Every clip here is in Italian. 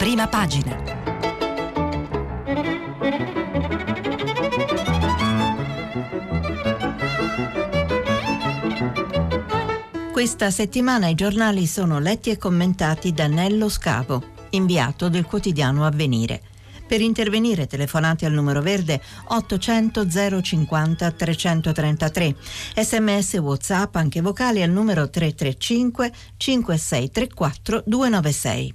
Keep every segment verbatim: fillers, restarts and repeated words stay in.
Prima pagina. Questa settimana i giornali sono letti e commentati da Nello Scavo, inviato del quotidiano Avvenire. Per intervenire telefonate al numero verde ottocento zero cinquanta trecentotrentatré, sms WhatsApp anche vocali al numero tre tre cinque cinque sei tre quattro due nove sei.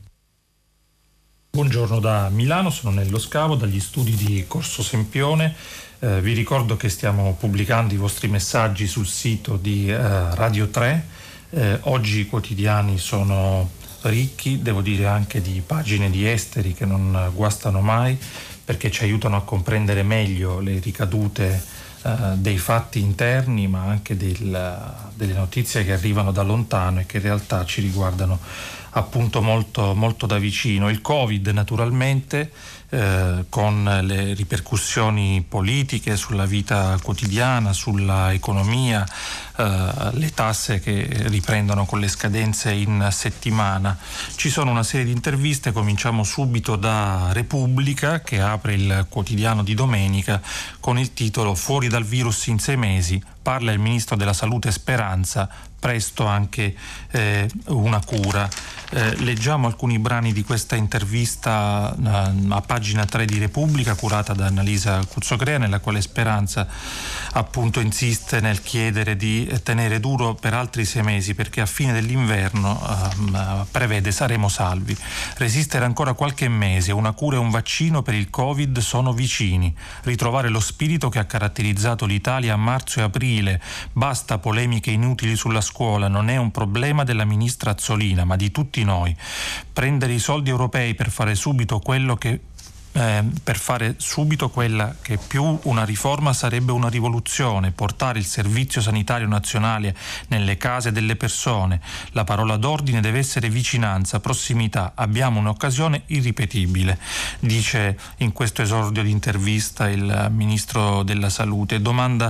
Buongiorno da Milano, sono Nello Scavo dagli studi di Corso Sempione. Eh, vi ricordo che stiamo pubblicando i vostri messaggi sul sito di eh, Radio tre. Eh, oggi i quotidiani sono ricchi, devo dire anche di pagine di esteri che non guastano mai, perché ci aiutano a comprendere meglio le ricadute eh, dei fatti interni, ma anche del, delle notizie che arrivano da lontano e che in realtà ci riguardano appunto molto, molto da vicino. Il Covid naturalmente, eh, con le ripercussioni politiche sulla vita quotidiana, sulla economia, eh, le tasse che riprendono con le scadenze in settimana. Ci sono una serie di interviste, cominciamo subito da Repubblica, che apre il quotidiano di domenica con il titolo "Fuori dal virus in sei mesi, parla il ministro della Salute Speranza, presto anche eh, una cura". Eh, leggiamo alcuni brani di questa intervista eh, a pagina tre di Repubblica, curata da Annalisa Cuzzocrea, nella quale Speranza appunto insiste nel chiedere di tenere duro per altri sei mesi, perché a fine dell'inverno eh, prevede saremo salvi. Resistere ancora qualche mese, una cura e un vaccino per il Covid sono vicini. Ritrovare lo spirito che ha caratterizzato l'Italia a marzo e aprile. Basta polemiche inutili sulla scuola, non è un problema della ministra Azzolina, ma di tutti noi. Prendere i soldi europei per fare subito quello che Eh, per fare subito quella che più una riforma sarebbe una rivoluzione, portare il servizio sanitario nazionale nelle case delle persone. La parola d'ordine deve essere vicinanza, prossimità. Abbiamo un'occasione irripetibile, dice in questo esordio di intervista il ministro della Salute. Domanda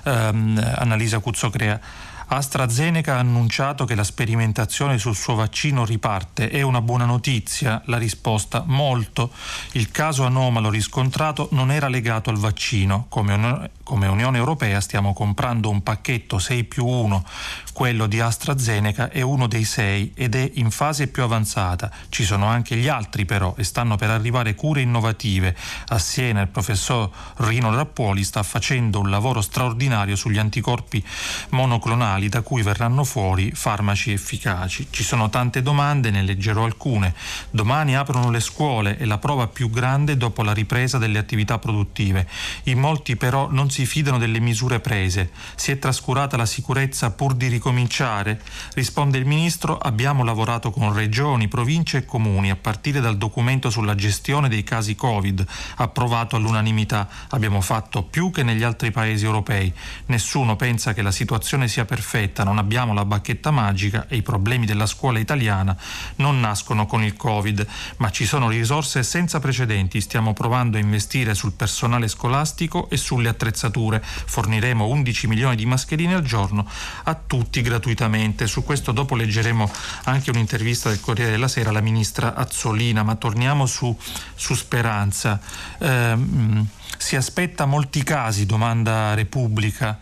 ehm, Annalisa Cuzzocrea: AstraZeneca ha annunciato che la sperimentazione sul suo vaccino riparte. È una buona notizia? La risposta: molto. Il caso anomalo riscontrato non era legato al vaccino. Come, un, come Unione Europea stiamo comprando un pacchetto sei più uno. Quello di AstraZeneca è uno dei sei ed è in fase più avanzata. Ci sono anche gli altri però e stanno per arrivare cure innovative. A Siena il professor Rino Rappuoli sta facendo un lavoro straordinario sugli anticorpi monoclonali, da cui verranno fuori farmaci efficaci. Ci sono tante domande, ne leggerò alcune. Domani aprono le scuole, è la prova più grande dopo la ripresa delle attività produttive. In molti però non si fidano delle misure prese. Si è trascurata la sicurezza pur di ricominciare? Risponde il ministro: abbiamo lavorato con regioni, province e comuni a partire dal documento sulla gestione dei casi Covid, approvato all'unanimità. Abbiamo fatto più che negli altri paesi europei. Nessuno pensa che la situazione sia perfetta. Non abbiamo la bacchetta magica e i problemi della scuola italiana non nascono con il Covid, ma ci sono risorse senza precedenti. Stiamo provando a investire sul personale scolastico e sulle attrezzature. Forniremo undici milioni di mascherine al giorno a tutti gratuitamente. Su questo dopo leggeremo anche un'intervista del Corriere della Sera alla ministra Azzolina, ma torniamo su, su Speranza. Ehm, si aspetta molti casi, domanda Repubblica.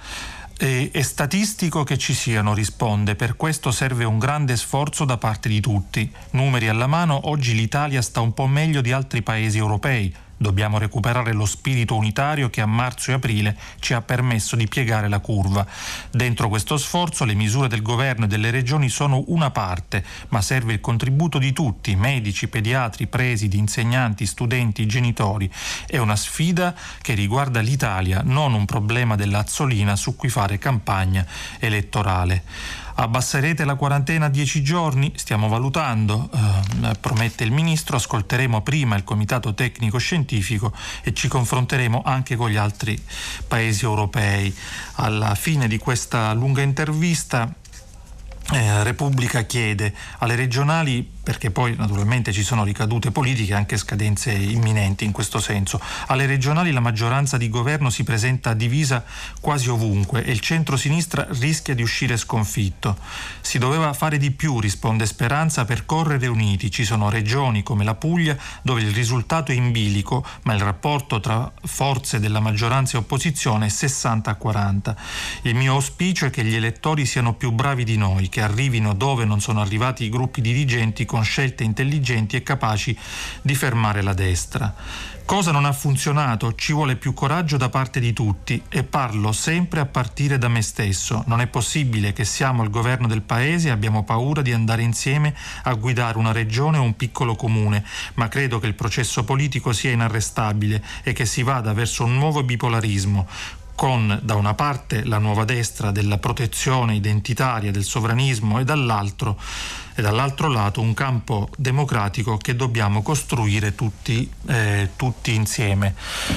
È, è statistico che ci siano, risponde, per questo serve un grande sforzo da parte di tutti. Numeri alla mano, oggi l'Italia sta un po' meglio di altri paesi europei. Dobbiamo recuperare lo spirito unitario che a marzo e aprile ci ha permesso di piegare la curva. Dentro questo sforzo le misure del governo e delle regioni sono una parte, ma serve il contributo di tutti, medici, pediatri, presidi, insegnanti, studenti, genitori. È una sfida che riguarda l'Italia, non un problema della Azzolina su cui fare campagna elettorale. Abbasserete la quarantena a dieci giorni? Stiamo valutando, eh, promette il ministro. Ascolteremo prima il comitato tecnico scientifico e ci confronteremo anche con gli altri paesi europei. Alla fine di questa lunga intervista Eh, Repubblica chiede alle regionali, perché poi naturalmente ci sono ricadute politiche, anche scadenze imminenti in questo senso, alle regionali la maggioranza di governo si presenta divisa quasi ovunque e il centro-sinistra rischia di uscire sconfitto. Si doveva fare di più, risponde Speranza, per correre uniti. Ci sono regioni come la Puglia dove il risultato è in bilico, ma il rapporto tra forze della maggioranza e opposizione è sessanta a quaranta. Il mio auspicio è che gli elettori siano più bravi di noi, che arrivino dove non sono arrivati i gruppi dirigenti con scelte intelligenti e capaci di fermare la destra. Cosa non ha funzionato? Ci vuole più coraggio da parte di tutti e parlo sempre a partire da me stesso. Non è possibile che siamo il governo del paese e abbiamo paura di andare insieme a guidare una regione o un piccolo comune, ma credo che il processo politico sia inarrestabile e che si vada verso un nuovo bipolarismo, con da una parte la nuova destra della protezione identitaria, del sovranismo e dall'altro e dall'altro lato un campo democratico che dobbiamo costruire tutti, eh, tutti insieme.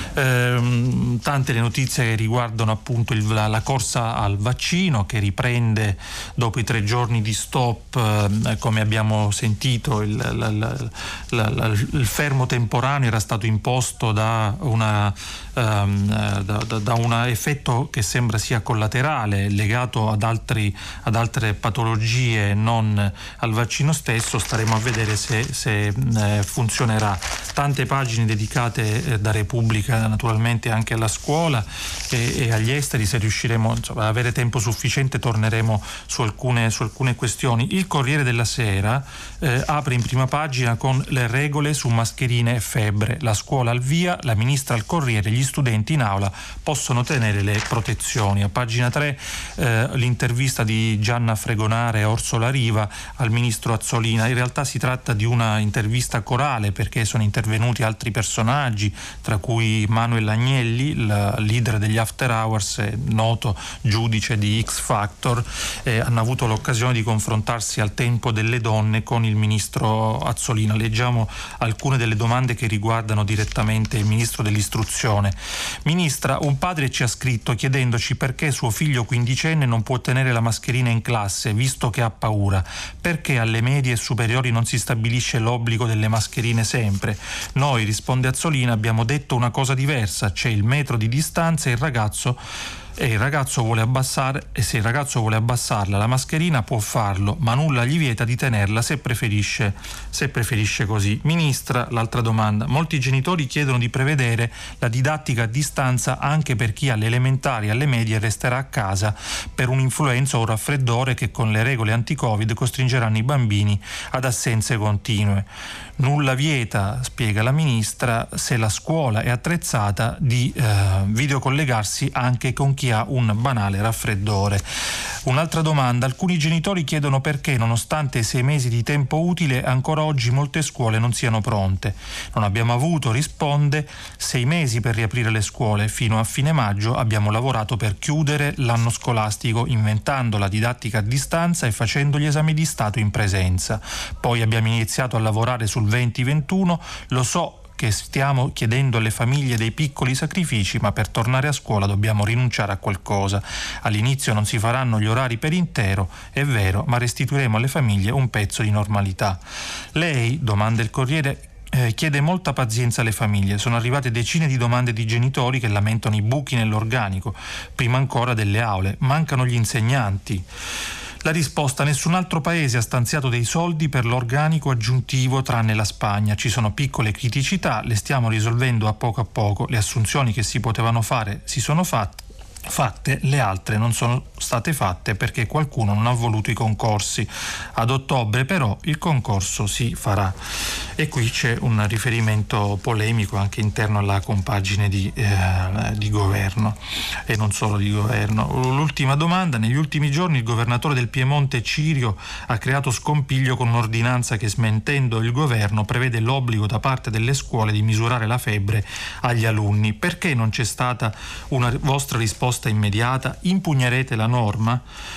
Eh, tante le notizie che riguardano appunto il, la, la corsa al vaccino, che riprende dopo i tre giorni di stop, eh, come abbiamo sentito il, la, la, la, la, il fermo temporaneo era stato imposto da una um, da, da, da un effetto che sembra sia collaterale, legato ad altri ad altre patologie, non al vaccino stesso. Staremo a vedere se, se eh, funzionerà. Tante pagine dedicate eh, da Repubblica naturalmente anche alla scuola e, e agli esteri. Se riusciremo insomma, ad avere tempo sufficiente torneremo su alcune, su alcune questioni. Il Corriere della Sera eh, apre in prima pagina con le regole su mascherine e febbre. La scuola al via, la ministra al Corriere, gli studenti in aula possono tenere le protezioni. A pagina tre eh, l'intervista di Gianna Fregonare e Orsola Riva al ministro Azzolina. In realtà si tratta di una intervista corale perché sono intervenuti altri personaggi, tra cui Manuel Agnelli, il leader degli After Hours, noto giudice di X Factor, e hanno avuto l'occasione di confrontarsi al tempo delle donne con il ministro Azzolina. Leggiamo alcune delle domande che riguardano direttamente il ministro dell'istruzione. Ministra, un padre ci ha scritto chiedendoci perché suo figlio quindicenne non può tenere la mascherina in classe visto che ha paura. Perché alle medie e superiori non si stabilisce l'obbligo delle mascherine sempre? Noi, risponde Azzolina, abbiamo detto una cosa diversa, c'è il metro di distanza e il ragazzo e il ragazzo vuole abbassare e se il ragazzo vuole abbassarla la mascherina può farlo, ma nulla gli vieta di tenerla se preferisce se preferisce così. Ministra, l'altra domanda, molti genitori chiedono di prevedere la didattica a distanza anche per chi alle elementari e alle medie resterà a casa per un'influenza o un raffreddore che con le regole anti-Covid costringeranno i bambini ad assenze continue. Nulla vieta, spiega la ministra, se la scuola è attrezzata, di eh, videocollegarsi anche con chi ha un banale raffreddore. Un'altra domanda, alcuni genitori chiedono perché nonostante i sei mesi di tempo utile ancora oggi molte scuole non siano pronte. Non abbiamo avuto, risponde, sei mesi per riaprire le scuole, fino a fine maggio abbiamo lavorato per chiudere l'anno scolastico inventando la didattica a distanza e facendo gli esami di Stato in presenza. Poi abbiamo iniziato a lavorare sul venti ventuno, lo so che stiamo chiedendo alle famiglie dei piccoli sacrifici, ma per tornare a scuola dobbiamo rinunciare a qualcosa. All'inizio non si faranno gli orari per intero, è vero, ma restituiremo alle famiglie un pezzo di normalità. Lei, domanda il Corriere, Eh, chiede molta pazienza alle famiglie. Sono arrivate decine di domande di genitori che lamentano i buchi nell'organico, prima ancora delle aule. Mancano gli insegnanti. La risposta: nessun altro paese ha stanziato dei soldi per l'organico aggiuntivo tranne la Spagna. Ci sono piccole criticità, le stiamo risolvendo a poco a poco. Le assunzioni che si potevano fare si sono fatte. fatte, le altre non sono state fatte perché qualcuno non ha voluto i concorsi. Ad ottobre però il concorso si farà. E qui c'è un riferimento polemico anche interno alla compagine di, eh, di governo e non solo di governo. L'ultima domanda, negli ultimi giorni il governatore del Piemonte Cirio ha creato scompiglio con un'ordinanza che, smentendo il governo, prevede l'obbligo da parte delle scuole di misurare la febbre agli alunni. Perché non c'è stata una vostra risposta immediata? Impugnerete la norma?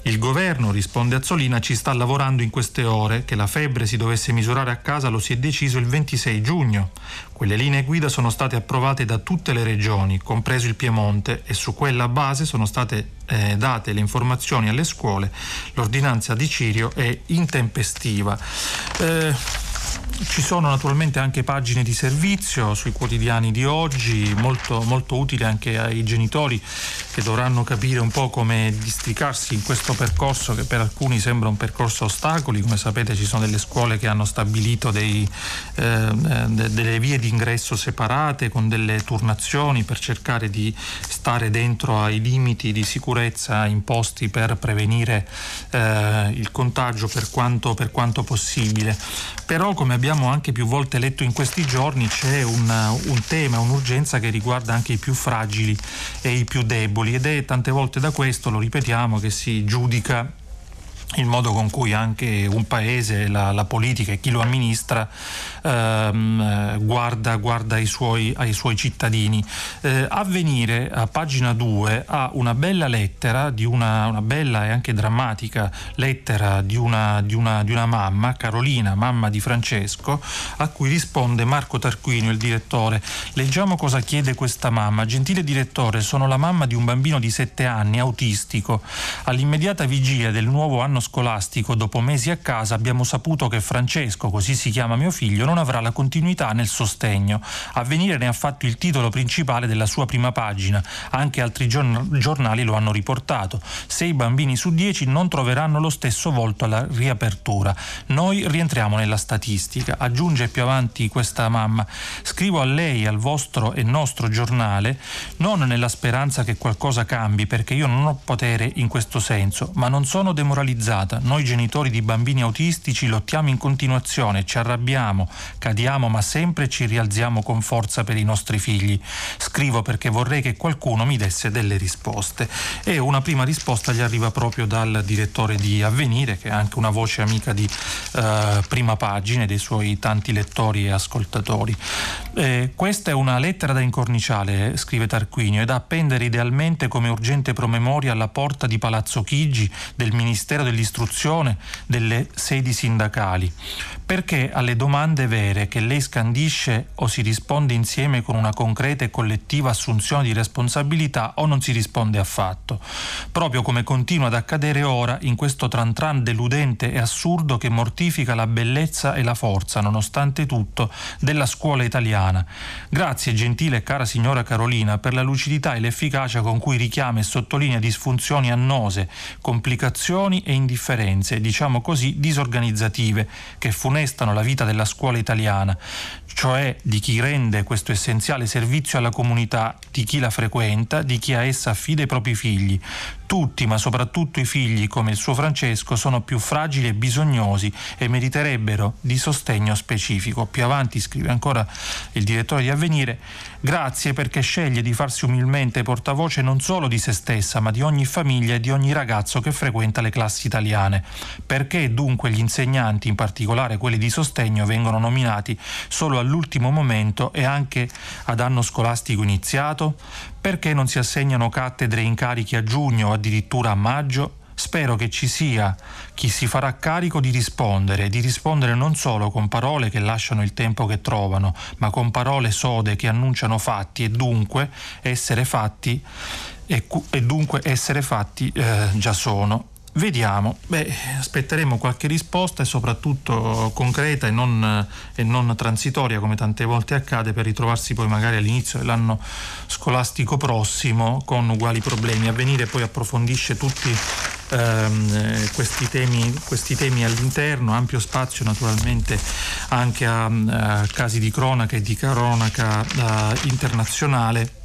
Il governo, risponde Azzolina, ci sta lavorando in queste ore. Che la febbre si dovesse misurare a casa lo si è deciso il ventisei giugno. Quelle linee guida sono state approvate da tutte le regioni, compreso il Piemonte, e su quella base sono state eh, date le informazioni alle scuole. L'ordinanza di Cirio è intempestiva. Eh, Ci sono naturalmente anche pagine di servizio sui quotidiani di oggi, molto, molto utili anche ai genitori che dovranno capire un po' come districarsi in questo percorso che per alcuni sembra un percorso a ostacoli. Come sapete ci sono delle scuole che hanno stabilito dei, eh, de, delle vie di ingresso separate con delle turnazioni per cercare di stare dentro ai limiti di sicurezza imposti per prevenire eh, il contagio per quanto, per quanto possibile. Però, come abbiamo anche più volte letto in questi giorni, c'è un, un tema, un'urgenza che riguarda anche i più fragili e i più deboli, ed è tante volte da questo, lo ripetiamo, che si giudica il modo con cui anche un paese, la, la politica e chi lo amministra ehm, guarda, guarda ai, suoi, ai suoi cittadini. Eh, Avvenire, a pagina due, ha una bella lettera, di una, una bella e anche drammatica lettera di una, di, una, di una mamma, Carolina, mamma di Francesco, a cui risponde Marco Tarquinio, il direttore. Leggiamo cosa chiede questa mamma. Gentile direttore, sono la mamma di un bambino di sette anni, autistico. All'immediata vigilia del nuovo anno scolastico, dopo mesi a casa, abbiamo saputo che Francesco, così si chiama mio figlio, non avrà la continuità nel sostegno. Avvenire ne ha fatto il titolo principale della sua prima pagina. Anche altri giornali lo hanno riportato. Sei bambini su dieci non troveranno lo stesso volto alla riapertura. Noi rientriamo nella statistica. Aggiunge più avanti questa mamma: scrivo a lei, al vostro e nostro giornale, non nella speranza che qualcosa cambi, perché io non ho potere in questo senso, ma non sono demoralizzato. Noi genitori di bambini autistici lottiamo in continuazione, ci arrabbiamo, cadiamo, ma sempre ci rialziamo con forza per i nostri figli. Scrivo perché vorrei che qualcuno mi desse delle risposte. E una prima risposta gli arriva proprio dal direttore di Avvenire, che è anche una voce amica di eh, Prima Pagina e dei suoi tanti lettori e ascoltatori. Eh, questa è una lettera da incorniciare, scrive Tarquinio, e da appendere idealmente come urgente promemoria alla porta di Palazzo Chigi, del Ministero dell'Istruzione, delle sedi sindacali, perché alle domande vere che lei scandisce o si risponde insieme con una concreta e collettiva assunzione di responsabilità o non si risponde affatto, proprio come continua ad accadere ora in questo tran tran deludente e assurdo che mortifica la bellezza e la forza, nonostante tutto, della scuola italiana. Grazie, gentile e cara signora Carolina, per la lucidità e l'efficacia con cui richiama e sottolinea disfunzioni annose, complicazioni e indifferenze, diciamo così, disorganizzative, che funestano la vita della scuola italiana, cioè di chi rende questo essenziale servizio alla comunità, di chi la frequenta, di chi a essa affida i propri figli. Tutti, ma soprattutto i figli, come il suo Francesco, sono più fragili e bisognosi e meriterebbero di sostegno specifico. Più avanti scrive ancora il direttore di Avvenire: grazie perché sceglie di farsi umilmente portavoce non solo di se stessa, ma di ogni famiglia e di ogni ragazzo che frequenta le classi italiane. Perché dunque gli insegnanti, in particolare quelli di sostegno, vengono nominati solo all'ultimo momento e anche ad anno scolastico iniziato? Perché non si assegnano cattedre e incarichi a giugno o addirittura a maggio? Spero che ci sia chi si farà carico di rispondere, di rispondere non solo con parole che lasciano il tempo che trovano, ma con parole sode che annunciano fatti e dunque essere fatti e, e dunque essere fatti eh, già sono. Vediamo, beh, aspetteremo qualche risposta e soprattutto concreta e non, e non transitoria come tante volte accade, per ritrovarsi poi magari all'inizio dell'anno scolastico prossimo con uguali problemi. Avvenire poi approfondisce tutti ehm, questi temi, questi temi all'interno, ampio spazio naturalmente anche a, a casi di cronaca e di cronaca eh, internazionale.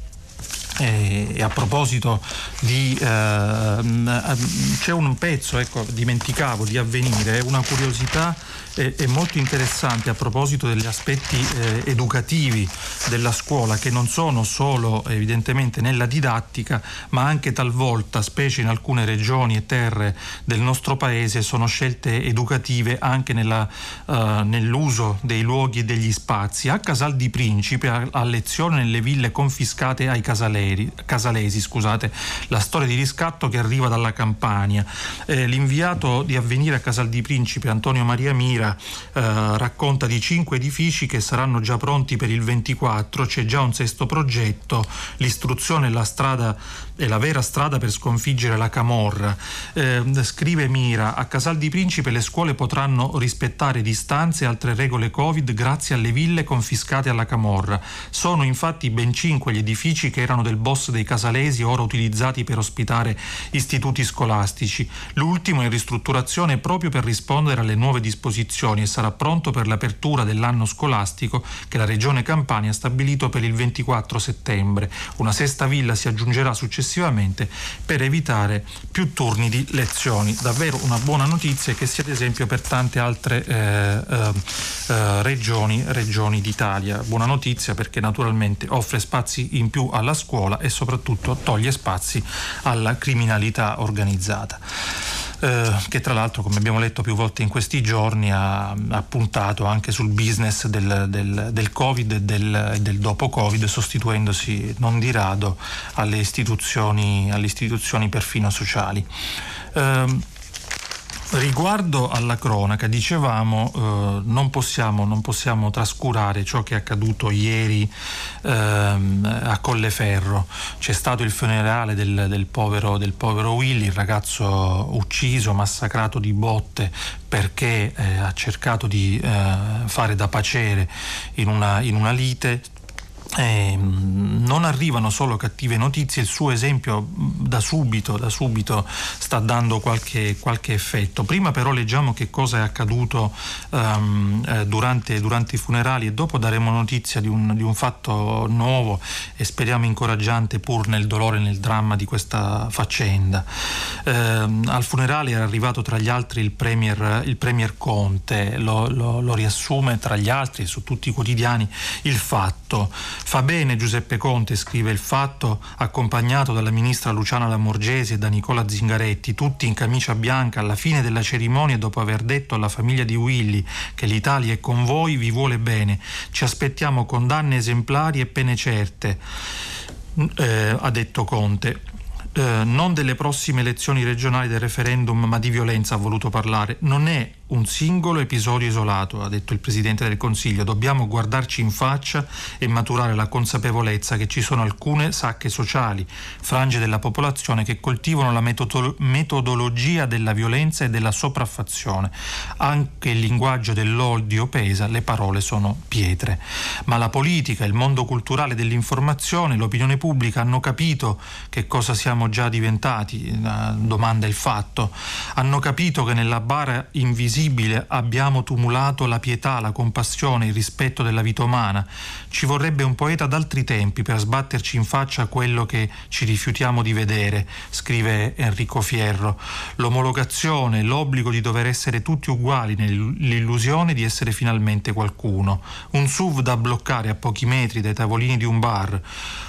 E a proposito di eh, c'è un pezzo, ecco, dimenticavo, di Avvenire, una curiosità è, è molto interessante a proposito degli aspetti eh, educativi della scuola, che non sono solo evidentemente nella didattica, ma anche talvolta, specie in alcune regioni e terre del nostro paese, sono scelte educative anche nella, uh, nell'uso dei luoghi e degli spazi. A Casal di Principe, a, a lezione nelle ville confiscate ai casalesi, Casaleri, Casalesi, scusate, la storia di riscatto che arriva dalla Campania. Eh, l'inviato di Avvenire a Casal di Principe, Antonio Maria Mira, eh, racconta di cinque edifici che saranno già pronti per il ventiquattro, c'è già un sesto progetto, l'istruzione è la strada è la vera strada per sconfiggere la camorra. Eh, scrive Mira, a Casal di Principe le scuole potranno rispettare distanze e altre regole Covid grazie alle ville confiscate alla camorra. Sono infatti ben cinque gli edifici che erano del boss dei casalesi, ora utilizzati per ospitare istituti scolastici. L'ultimo è in ristrutturazione proprio per rispondere alle nuove disposizioni e sarà pronto per l'apertura dell'anno scolastico che la Regione Campania ha stabilito per il ventiquattro settembre. Una sesta villa si aggiungerà successivamente per evitare più turni di lezioni. Davvero una buona notizia, che sia ad esempio per tante altre eh, eh, eh, regioni, regioni d'Italia. Buona notizia perché naturalmente offre spazi in più alla scuola e soprattutto toglie spazi alla criminalità organizzata. Eh, che tra l'altro, come abbiamo letto più volte in questi giorni, ha, ha puntato anche sul business del, del, del Covid e del, del dopo Covid, sostituendosi non di rado alle istituzioni, alle istituzioni perfino sociali. Eh, Riguardo alla cronaca, dicevamo, eh, non possiamo, non possiamo trascurare ciò che è accaduto ieri ehm, a Colleferro. C'è stato il funerale del, del, povero, del povero Willy, il ragazzo ucciso, massacrato di botte perché eh, ha cercato di eh, fare da paciere in una, in una lite. Eh, non arrivano solo cattive notizie, il suo esempio da subito, da subito sta dando qualche, qualche effetto. Prima però leggiamo che cosa è accaduto um, eh, durante, durante i funerali e dopo daremo notizia di un, di un fatto nuovo e speriamo incoraggiante pur nel dolore e nel dramma di questa faccenda. Eh, al funerale era arrivato tra gli altri il premier, il premier Conte, lo, lo, lo riassume tra gli altri e su tutti i quotidiani il Fatto. Fa bene Giuseppe Conte, scrive il Fatto, accompagnato dalla ministra Luciana Lamorgese e da Nicola Zingaretti, tutti in camicia bianca alla fine della cerimonia, dopo aver detto alla famiglia di Willy che l'Italia è con voi, vi vuole bene, ci aspettiamo condanne esemplari e pene certe, eh, ha detto Conte. Eh, non delle prossime elezioni regionali, del referendum, ma di violenza ha voluto parlare. Non è un singolo episodio isolato, ha detto il Presidente del Consiglio. Dobbiamo guardarci in faccia e maturare la consapevolezza che ci sono alcune sacche sociali, frange della popolazione che coltivano la metodo- metodologia della violenza e della sopraffazione. Anche il linguaggio dell'odio pesa, le parole sono pietre. Ma la politica, il mondo culturale dell'informazione, l'opinione pubblica hanno capito che cosa siamo già diventati, domanda il Fatto. Hanno capito che nella bara invisibile abbiamo tumulato la pietà, la compassione, il rispetto della vita umana. Ci vorrebbe un poeta d'altri tempi per sbatterci in faccia quello che ci rifiutiamo di vedere, scrive Enrico Fierro. L'omologazione, l'obbligo di dover essere tutti uguali nell'illusione di essere finalmente qualcuno. Un S U V da bloccare a pochi metri dai tavolini di un bar.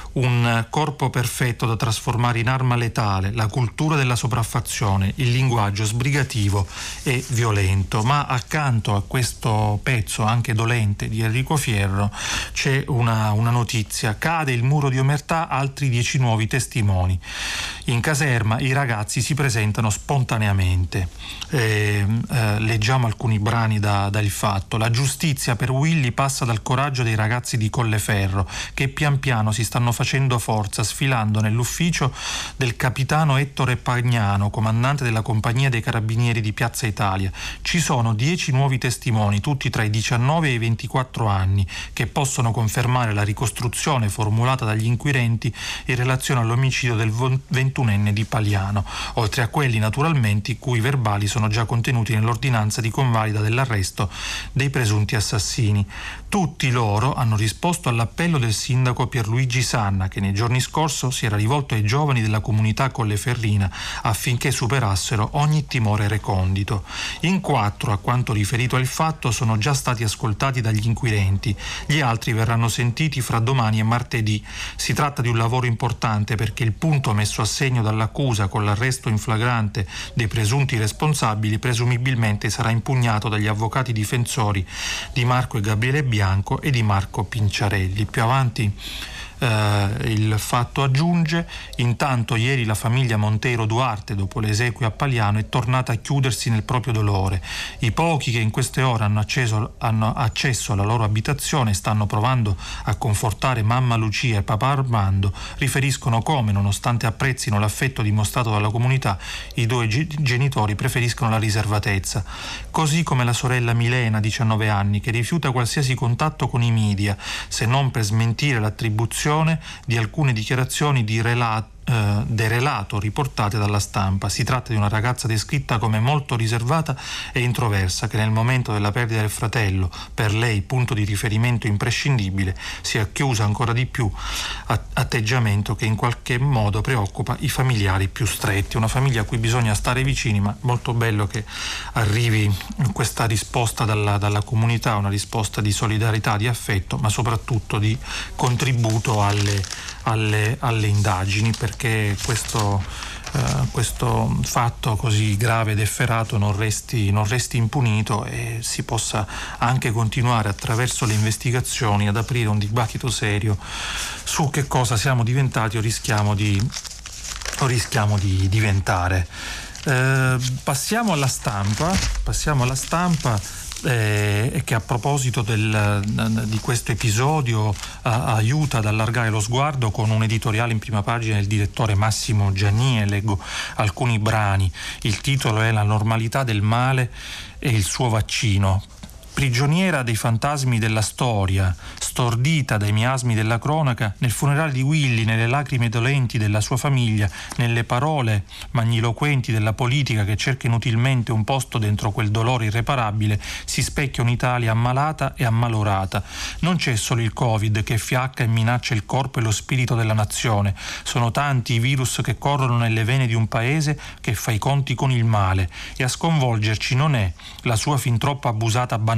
Un corpo perfetto da trasformare in arma letale, la cultura della sopraffazione, il linguaggio sbrigativo e violento. Ma accanto a questo pezzo anche dolente di Enrico Fierro c'è una, una notizia: cade il muro di omertà, altri dieci nuovi testimoni. In caserma i ragazzi si presentano spontaneamente. Eh, eh, leggiamo alcuni brani da, da Il Fatto. La giustizia per Willy passa dal coraggio dei ragazzi di Colleferro, che pian piano si stanno facendo forza, sfilando nell'ufficio del capitano Ettore Pagnano, comandante della compagnia dei carabinieri di Piazza Italia. Ci sono dieci nuovi testimoni, tutti tra i diciannove e i ventiquattro anni, che possono confermare la ricostruzione formulata dagli inquirenti in relazione all'omicidio del ventunenne di Paliano, oltre a quelli naturalmente i cui verbali sono già contenuti nell'ordinanza di convalida dell'arresto dei presunti assassini. Tutti loro hanno risposto all'appello del sindaco Pierluigi Sanna, che nei giorni scorsi si era rivolto ai giovani della comunità colleferrina affinché superassero ogni timore recondito. In quattro, a quanto riferito al Fatto, sono già stati ascoltati dagli inquirenti. Gli altri verranno sentiti fra domani e martedì. Si tratta di un lavoro importante perché il punto messo a segno dall'accusa con l'arresto in flagrante dei presunti responsabili presumibilmente sarà impugnato dagli avvocati difensori di Marco e Gabriele Bianco e di Marco Pinciarelli. Più avanti Eh, il fatto aggiunge: intanto ieri la famiglia Montero Duarte, dopo le esequie a Paliano, è tornata a chiudersi nel proprio dolore. I pochi che in queste ore hanno, acceso, hanno accesso alla loro abitazione e stanno provando a confortare mamma Lucia e papà Armando riferiscono come, nonostante apprezzino l'affetto dimostrato dalla comunità, i due genitori preferiscono la riservatezza. Così come la sorella Milena, diciannove anni, che rifiuta qualsiasi contatto con i media, se non per smentire l'attribuzione di alcune dichiarazioni di relato Uh, derelato riportate dalla stampa. Si tratta di una ragazza descritta come molto riservata e introversa, che nel momento della perdita del fratello, per lei punto di riferimento imprescindibile, si è chiusa ancora di più, atteggiamento che in qualche modo preoccupa i familiari più stretti. Una famiglia a cui bisogna stare vicini, ma molto bello che arrivi questa risposta dalla, dalla comunità, una risposta di solidarietà, di affetto, ma soprattutto di contributo alle, alle, alle indagini, per perché questo, uh, questo fatto così grave ed efferato non resti, non resti impunito e si possa anche continuare attraverso le investigazioni ad aprire un dibattito serio su che cosa siamo diventati o rischiamo di, o rischiamo di diventare. Uh, passiamo alla stampa, passiamo alla stampa. E eh, che a proposito del, di questo episodio a, aiuta ad allargare lo sguardo con un editoriale in prima pagina del direttore Massimo Giannini. Leggo alcuni brani. Il titolo è La normalità del male e il suo vaccino. Prigioniera dei fantasmi della storia, stordita dai miasmi della cronaca, nel funerale di Willy, nelle lacrime dolenti della sua famiglia, nelle parole magniloquenti della politica che cerca inutilmente un posto dentro quel dolore irreparabile, si specchia un'Italia ammalata e ammalorata. Non c'è solo il Covid che fiacca e minaccia il corpo e lo spirito della nazione, sono tanti i virus che corrono nelle vene di un paese che fa i conti con il male, e a sconvolgerci non è la sua fin troppo abusata banalità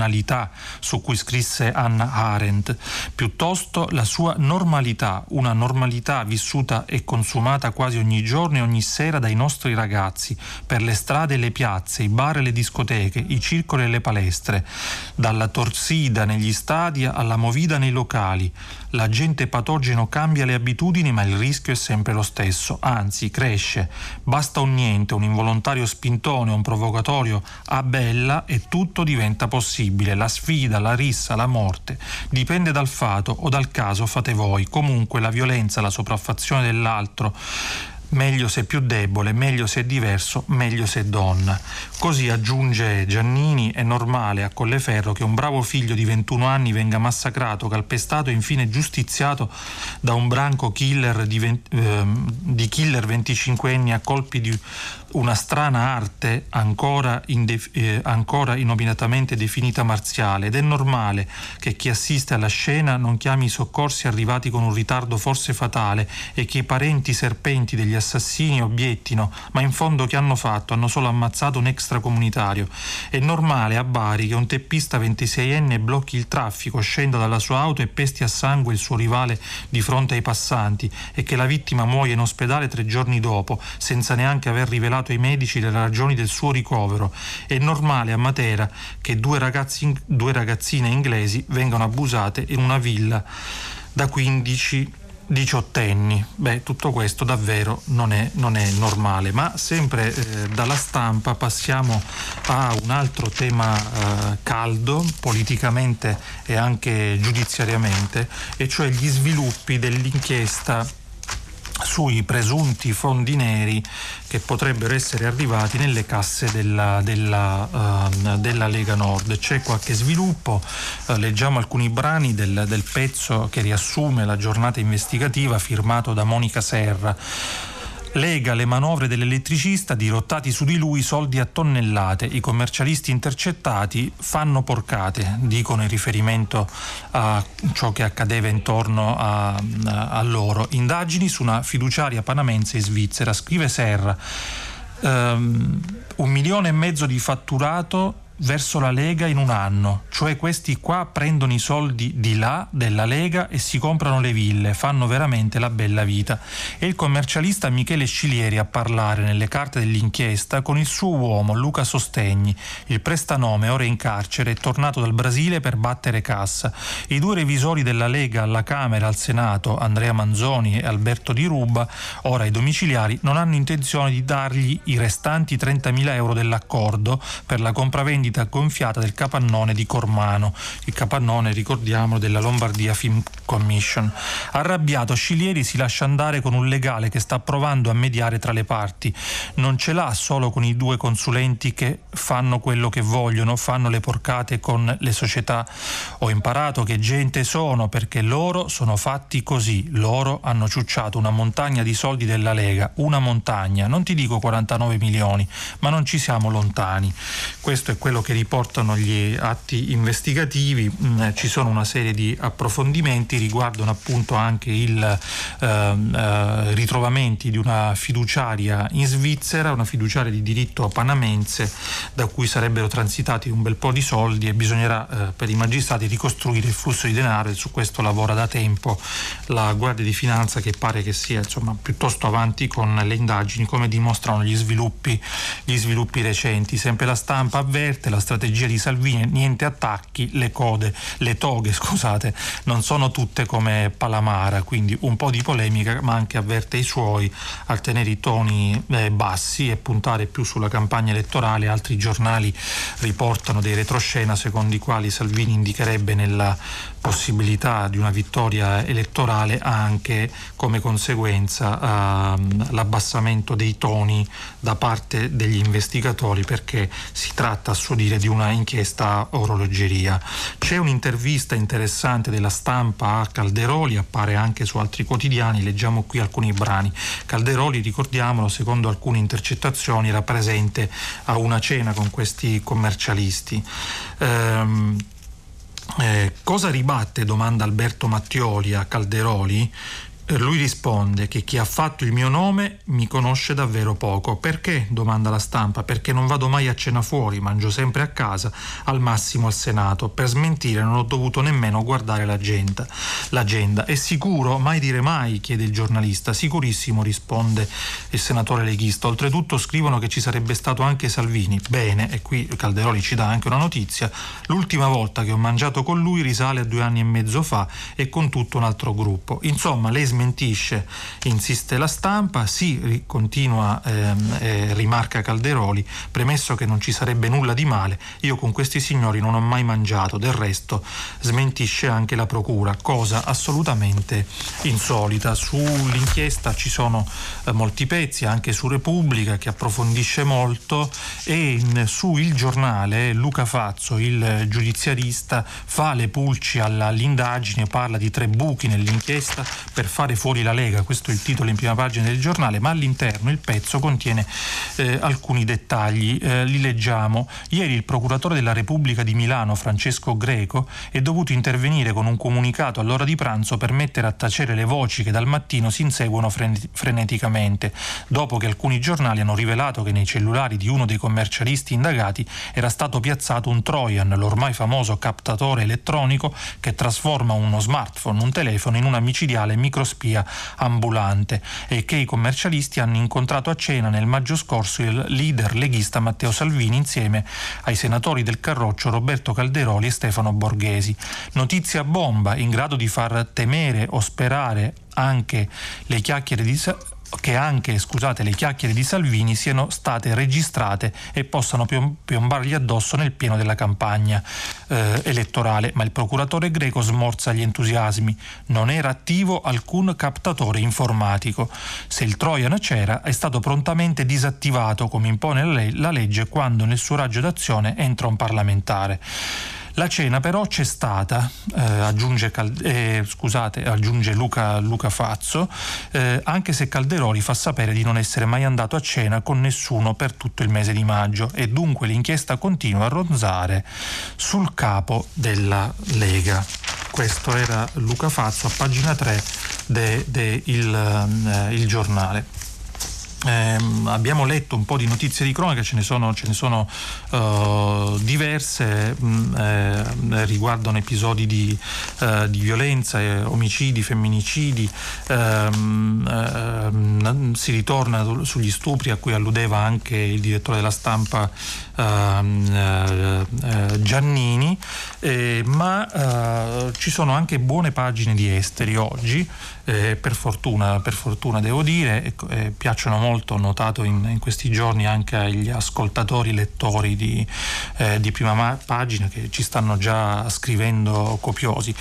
su cui scrisse Hannah Arendt, piuttosto la sua normalità, una normalità vissuta e consumata quasi ogni giorno e ogni sera dai nostri ragazzi, per le strade e le piazze, i bar e le discoteche, i circoli e le palestre, dalla torsida negli stadi alla movida nei locali. L'agente patogeno cambia le abitudini, ma il rischio è sempre lo stesso, anzi cresce. Basta un niente, un involontario spintone, un provocatorio a bella e tutto diventa possibile. La sfida, la rissa, la morte. Dipende dal fato o dal caso, fate voi. Comunque la violenza, la sopraffazione dell'altro. Meglio se è più debole, meglio se è diverso, meglio se è donna. Così aggiunge Giannini: è normale a Colleferro che un bravo figlio di ventuno anni venga massacrato, calpestato e infine giustiziato da un branco killer di, venti, eh, di killer venticinquenni a colpi di una strana arte ancora, indef- eh, ancora inopinatamente definita marziale, ed è normale che chi assiste alla scena non chiami i soccorsi arrivati con un ritardo forse fatale e che i parenti serpenti degli assassini obiettino: ma in fondo che hanno fatto? Hanno solo ammazzato un extracomunitario. È normale a Bari che un teppista ventiseienne blocchi il traffico, scenda dalla sua auto e pesti a sangue il suo rivale di fronte ai passanti, e che la vittima muoia in ospedale tre giorni dopo senza neanche aver rivelato ai medici le ragioni del suo ricovero. È normale a Matera che due, ragazzi, due ragazzine inglesi vengano abusate in una villa da quindici diciottenni. Beh, tutto questo davvero non è, non è normale. Ma sempre eh, dalla stampa passiamo a un altro tema eh, caldo politicamente e anche giudiziariamente, e cioè gli sviluppi dell'inchiesta sui presunti fondi neri che potrebbero essere arrivati nelle casse della, della, uh, della Lega Nord. C'è qualche sviluppo, uh, leggiamo alcuni brani del, del pezzo che riassume la giornata investigativa firmato da Monica Serra. Lega le manovre dell'elettricista, dirottati su di lui soldi a tonnellate, i commercialisti intercettati fanno porcate, dicono in riferimento a ciò che accadeva intorno a, a loro. Indagini su una fiduciaria panamense in Svizzera, scrive Serra, um, un milione e mezzo di fatturato verso la Lega in un anno, cioè questi qua prendono i soldi di là della Lega e si comprano le ville, fanno veramente la bella vita. E il commercialista Michele Scilieri a parlare nelle carte dell'inchiesta con il suo uomo Luca Sostegni, il prestanome ora in carcere, è tornato dal Brasile per battere cassa. I due revisori della Lega alla Camera e al Senato, Andrea Manzoni e Alberto Di Ruba, ora ai domiciliari, non hanno intenzione di dargli i restanti trentamila euro dell'accordo per la compravendita gonfiata del capannone di Cormano, il capannone, ricordiamo, della Lombardia Film Commission. Arrabbiato, Scilieri si lascia andare con un legale che sta provando a mediare tra le parti. Non ce l'ha solo con i due consulenti che fanno quello che vogliono, fanno le porcate con le società. Ho imparato che gente sono, perché loro sono fatti così, loro hanno ciucciato una montagna di soldi della Lega, una montagna, non ti dico quarantanove milioni, ma non ci siamo lontani. Questo è quello che riportano gli atti investigativi. Ci sono una serie di approfondimenti, riguardano appunto anche il eh, eh, ritrovamenti di una fiduciaria in Svizzera, una fiduciaria di diritto panamense da cui sarebbero transitati un bel po' di soldi, e bisognerà eh, per i magistrati ricostruire il flusso di denaro, e su questo lavora da tempo la Guardia di Finanza, che pare che sia insomma piuttosto avanti con le indagini, come dimostrano gli sviluppi gli sviluppi recenti. Sempre La Stampa avverte: la strategia di Salvini, niente attacchi, le code le toghe scusate non sono tutte come Palamara, quindi un po' di polemica, ma anche avverte i suoi a tenere i toni eh, bassi e puntare più sulla campagna elettorale. Altri giornali riportano dei retroscena secondo i quali Salvini indicherebbe nella possibilità di una vittoria elettorale anche come conseguenza uh, l'abbassamento dei toni da parte degli investigatori, perché si tratta, a suo dire, di una inchiesta a orologeria. C'è un'intervista interessante della Stampa a Calderoli, appare anche su altri quotidiani, leggiamo qui alcuni brani. Calderoli, ricordiamolo, secondo alcune intercettazioni era presente a una cena con questi commercialisti. Ehm, Eh, cosa ribatte, domanda Alberto Mattioli a Calderoli? Eh, lui risponde che chi ha fatto il mio nome mi conosce davvero poco. Perché? Domanda La Stampa. Perché non vado mai a cena fuori, mangio sempre a casa, al massimo al Senato. Per smentire non ho dovuto nemmeno guardare l'agenda. L'agenda. È sicuro? Mai dire mai, chiede il giornalista. Sicurissimo, risponde il senatore leghista. Oltretutto scrivono che ci sarebbe stato anche Salvini. Bene, e qui Calderoli ci dà anche una notizia: l'ultima volta che ho mangiato con lui risale a due anni e mezzo fa, e con tutto un altro gruppo. Insomma, lei smentisce, insiste La Stampa. Sì, continua, ehm, eh, rimarca Calderoli, premesso che non ci sarebbe nulla di male, io con questi signori non ho mai mangiato. Del resto smentisce anche la procura, cosa assolutamente insolita. Sull'inchiesta ci sono eh, molti pezzi, anche su Repubblica, che approfondisce molto, e in, su Il Giornale Luca Fazzo, il giudiziarista, fa le pulci alla, all'indagine, parla di tre buchi nell'inchiesta per fare fuori la Lega. Questo è il titolo in prima pagina del giornale, ma all'interno il pezzo contiene eh, alcuni dettagli, eh, li leggiamo. Ieri il procuratore della Repubblica di Milano, Francesco Greco, è dovuto intervenire con un comunicato all'ora di pranzo per mettere a tacere le voci che dal mattino si inseguono fren- freneticamente, dopo che alcuni giornali hanno rivelato che nei cellulari di uno dei commercialisti indagati era stato piazzato un Trojan, l'ormai famoso captatore elettronico che trasforma uno smartphone, un telefono, in una micidiale microspia ambulante, e che i commercialisti hanno incontrato a cena nel maggio scorso il leader leghista Matteo Salvini insieme ai senatori del Carroccio Roberto Calderoli e Stefano Borghesi. Notizia bomba in grado di far temere o sperare anche le chiacchiere di che anche scusate, le chiacchiere di Salvini siano state registrate e possano piombargli addosso nel pieno della campagna eh, elettorale. Ma il procuratore Greco smorza gli entusiasmi. Non era attivo alcun captatore informatico. Se il Trojan c'era, è stato prontamente disattivato, come impone la, la legge, quando nel suo raggio d'azione entra un parlamentare. La cena però c'è stata, eh, aggiunge, Cal- eh, scusate, aggiunge Luca, Luca Fazzo, eh, anche se Calderoli fa sapere di non essere mai andato a cena con nessuno per tutto il mese di maggio, e dunque l'inchiesta continua a ronzare sul capo della Lega. Questo era Luca Fazzo a pagina tre del de, de il, uh, il giornale. Eh, abbiamo letto un po' di notizie di cronaca, ce ne sono, ce ne sono uh, diverse, mh, eh, riguardano episodi di, uh, di violenza, eh, omicidi, femminicidi, ehm, ehm, si ritorna sugli stupri a cui alludeva anche il direttore della Stampa ehm, eh, Giannini, eh, ma eh, ci sono anche buone pagine di esteri oggi, eh, per fortuna, per fortuna devo dire, eh, piacciono molto, ho notato in, in questi giorni anche agli ascoltatori, lettori di, eh, di prima ma- pagina che ci stanno già scrivendo copiosi.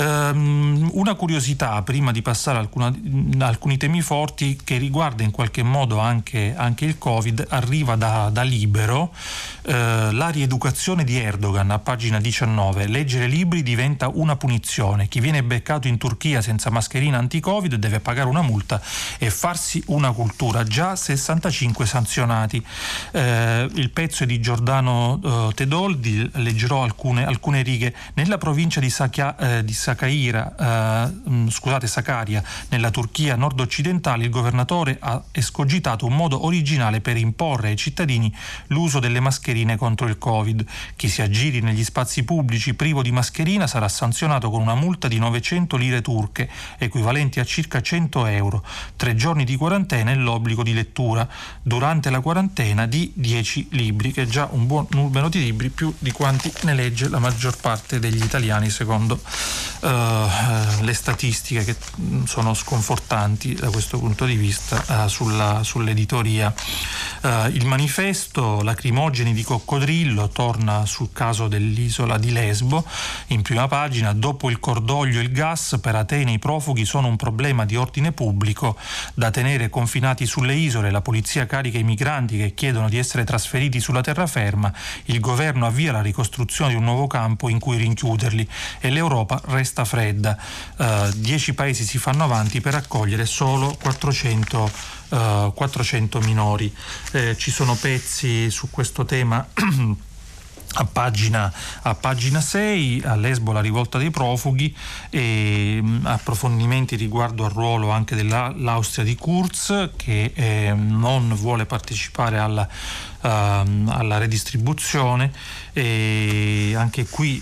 Um, una curiosità prima di passare a alcuna, alcuni temi forti, che riguarda in qualche modo anche, anche il Covid, arriva da, da Libero. Uh, la rieducazione di Erdogan, a pagina diciannove: leggere libri diventa una punizione, chi viene beccato in Turchia senza mascherina anti-Covid deve pagare una multa e farsi una cultura, già sessantacinque sanzionati. Uh, il pezzo è di Giordano uh, Tedoldi, leggerò alcune, alcune righe. Nella provincia di, Sakia, eh, di Sakarya, uh, scusate, Sakarya, nella Turchia nord-occidentale, il governatore ha escogitato un modo originale per imporre ai cittadini l'uso delle mascherine contro il Covid. Chi si aggiri negli spazi pubblici privo di mascherina sarà sanzionato con una multa di novecento lire turche, equivalenti a circa cento euro, tre giorni di quarantena e l'obbligo di lettura durante la quarantena di dieci libri, che è già un buon numero di libri, più di quanti ne legge la maggior parte degli italiani, secondo uh, le statistiche, che sono sconfortanti da questo punto di vista, uh, sulla, sull'editoria. Uh, il Manifesto, lacrimogeni di coccodrillo, torna sul caso dell'isola di Lesbo, in prima pagina: dopo il cordoglio e il gas, per Atene i profughi sono un problema di ordine pubblico da tenere confinati sulle isole, la polizia carica i migranti che chiedono di essere trasferiti sulla terraferma, il governo avvia la ricostruzione di un nuovo campo in cui rinchiuderli e l'Europa resta fredda. Uh, dieci paesi si fanno avanti per accogliere solo quattrocento, uh, quattrocento minori. Eh, ci sono pezzi su questo tema A pagina, a pagina sei, a Lesbo la rivolta dei profughi, e mh, approfondimenti riguardo al ruolo anche dell'Austria di Kurz, che eh, non vuole partecipare alla, uh, alla redistribuzione, e anche qui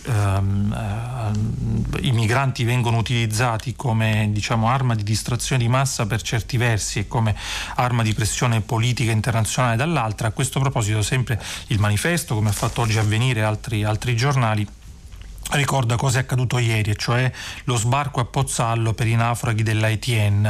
um, uh, i migranti vengono utilizzati come, diciamo, arma di distrazione di massa per certi versi e come arma di pressione politica internazionale dall'altra. A questo proposito sempre il Manifesto, come ha fatto oggi Avvenire altri, altri giornali, ricorda cosa è accaduto ieri, e cioè lo sbarco a Pozzallo per i naufraghi dell'A E T N.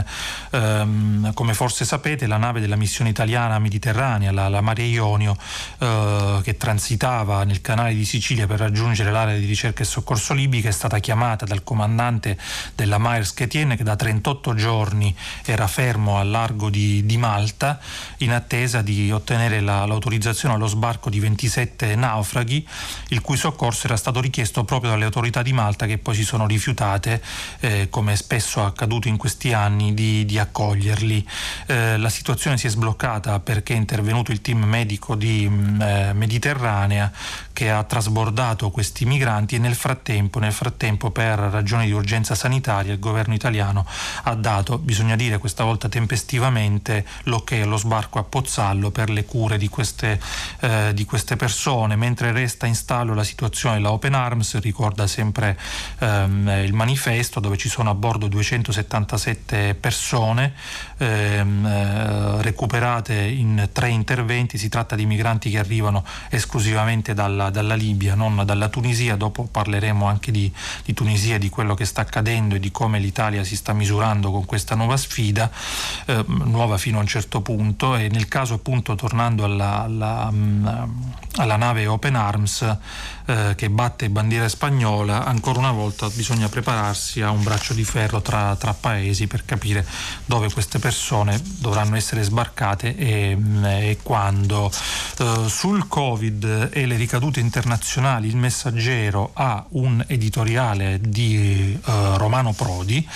Um, come forse sapete, la nave della missione italiana mediterranea, la, la Mare Ionio, uh, che transitava nel canale di Sicilia per raggiungere l'area di ricerca e soccorso libica, è stata chiamata dal comandante della Maersk E T N, che da trentotto giorni era fermo al largo di, di Malta, in attesa di ottenere la, l'autorizzazione allo sbarco di ventisette naufraghi, il cui soccorso era stato richiesto proprio dalle autorità di Malta, che poi si sono rifiutate, eh, come spesso è accaduto in questi anni, di, di accoglierli. Eh, la situazione si è sbloccata perché è intervenuto il team medico di eh, Mediterranea, che ha trasbordato questi migranti, e nel frattempo, nel frattempo per ragioni di urgenza sanitaria, il governo italiano ha dato, bisogna dire questa volta tempestivamente, l'ok allo sbarco a Pozzallo per le cure di queste, eh, di queste persone, mentre resta in stallo la situazione della Open Arms. Ricorda sempre ehm, il Manifesto, dove ci sono a bordo duecentosettantasette persone ehm, eh, recuperate in tre interventi. Si tratta di migranti che arrivano esclusivamente dalla, dalla Libia, non dalla Tunisia. Dopo parleremo anche di, di Tunisia, di quello che sta accadendo e di come l'Italia si sta misurando con questa nuova sfida, eh, nuova fino a un certo punto. E nel caso, appunto, tornando alla, alla, alla nave Open Arms, eh, che batte bandiera spagnola, ancora una volta bisogna prepararsi a un braccio di ferro tra, tra paesi per capire dove queste persone dovranno essere sbarcate e, e quando. Uh, sul Covid e le ricadute internazionali, il Messaggero ha un editoriale di uh, Romano Prodi,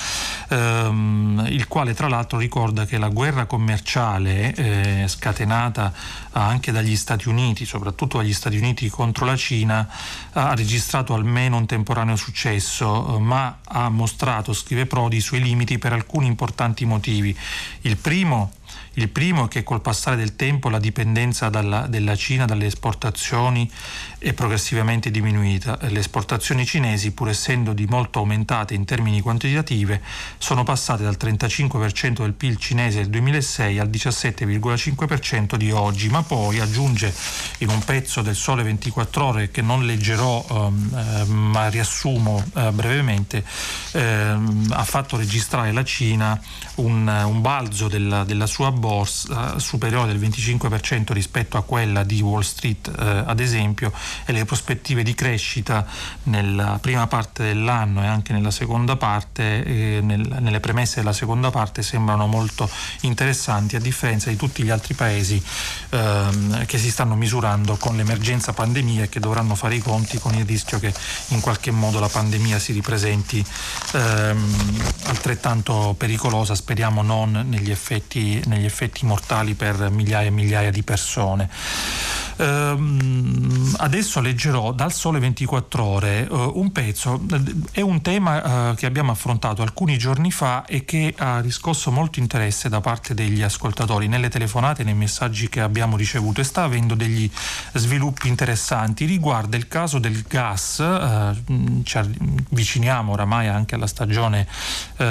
um, il quale tra l'altro ricorda che la guerra commerciale eh, scatenata anche dagli Stati Uniti, soprattutto dagli Stati Uniti contro la Cina, ha registrato almeno un temporaneo successo, ma ha mostrato, scrive Prodi, i suoi limiti per alcuni importanti motivi. Il primo Il primo è che col passare del tempo la dipendenza dalla, della Cina dalle esportazioni è progressivamente diminuita. Le esportazioni cinesi, pur essendo di molto aumentate in termini quantitativi, sono passate dal trentacinque per cento del P I L cinese del duemilasei al diciassette virgola cinque per cento di oggi. Ma poi aggiunge in un pezzo del Sole ventiquattro Ore, che non leggerò um, eh, ma riassumo eh, brevemente, eh, ha fatto registrare la Cina un, un balzo della, della sua borsa eh, superiore del venticinque per cento rispetto a quella di Wall Street, eh, ad esempio, e le prospettive di crescita nella prima parte dell'anno e anche nella seconda parte, eh, nel, nelle premesse della seconda parte, sembrano molto interessanti, a differenza di tutti gli altri paesi ehm, che si stanno misurando con l'emergenza pandemia e che dovranno fare i conti con il rischio che in qualche modo la pandemia si ripresenti ehm, altrettanto pericolosa, speriamo non negli effetti, negli effetti mortali per migliaia e migliaia di persone. Uh, adesso leggerò dal Sole ventiquattro Ore uh, un pezzo, è un tema uh, che abbiamo affrontato alcuni giorni fa e che ha riscosso molto interesse da parte degli ascoltatori nelle telefonate e nei messaggi che abbiamo ricevuto, e sta avendo degli sviluppi interessanti. Riguarda il caso del gas, uh, ci avviciniamo oramai anche alla stagione uh,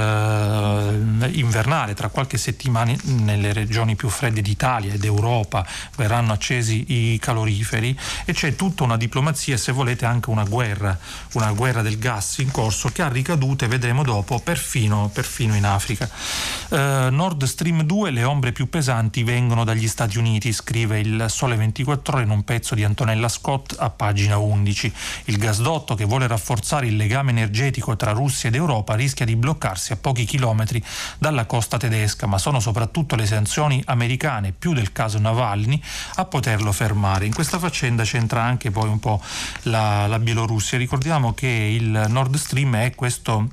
invernale, tra qualche settimana nelle regioni più fredde d'Italia ed Europa verranno accesi i caloriferi e c'è tutta una diplomazia, se volete anche una guerra, una guerra del gas in corso che ha ricadute, vedremo dopo, perfino, perfino in Africa. Uh, Nord Stream due, le ombre più pesanti vengono dagli Stati Uniti, scrive il Sole ventiquattro Ore in un pezzo di Antonella Scott a pagina undici. Il gasdotto che vuole rafforzare il legame energetico tra Russia ed Europa rischia di bloccarsi a pochi chilometri dalla costa tedesca, ma sono soprattutto le sanzioni americane, più del caso Navalny, a poterlo fermare. In questa faccenda c'entra anche poi un po' la, la Bielorussia. Ricordiamo che il Nord Stream è questo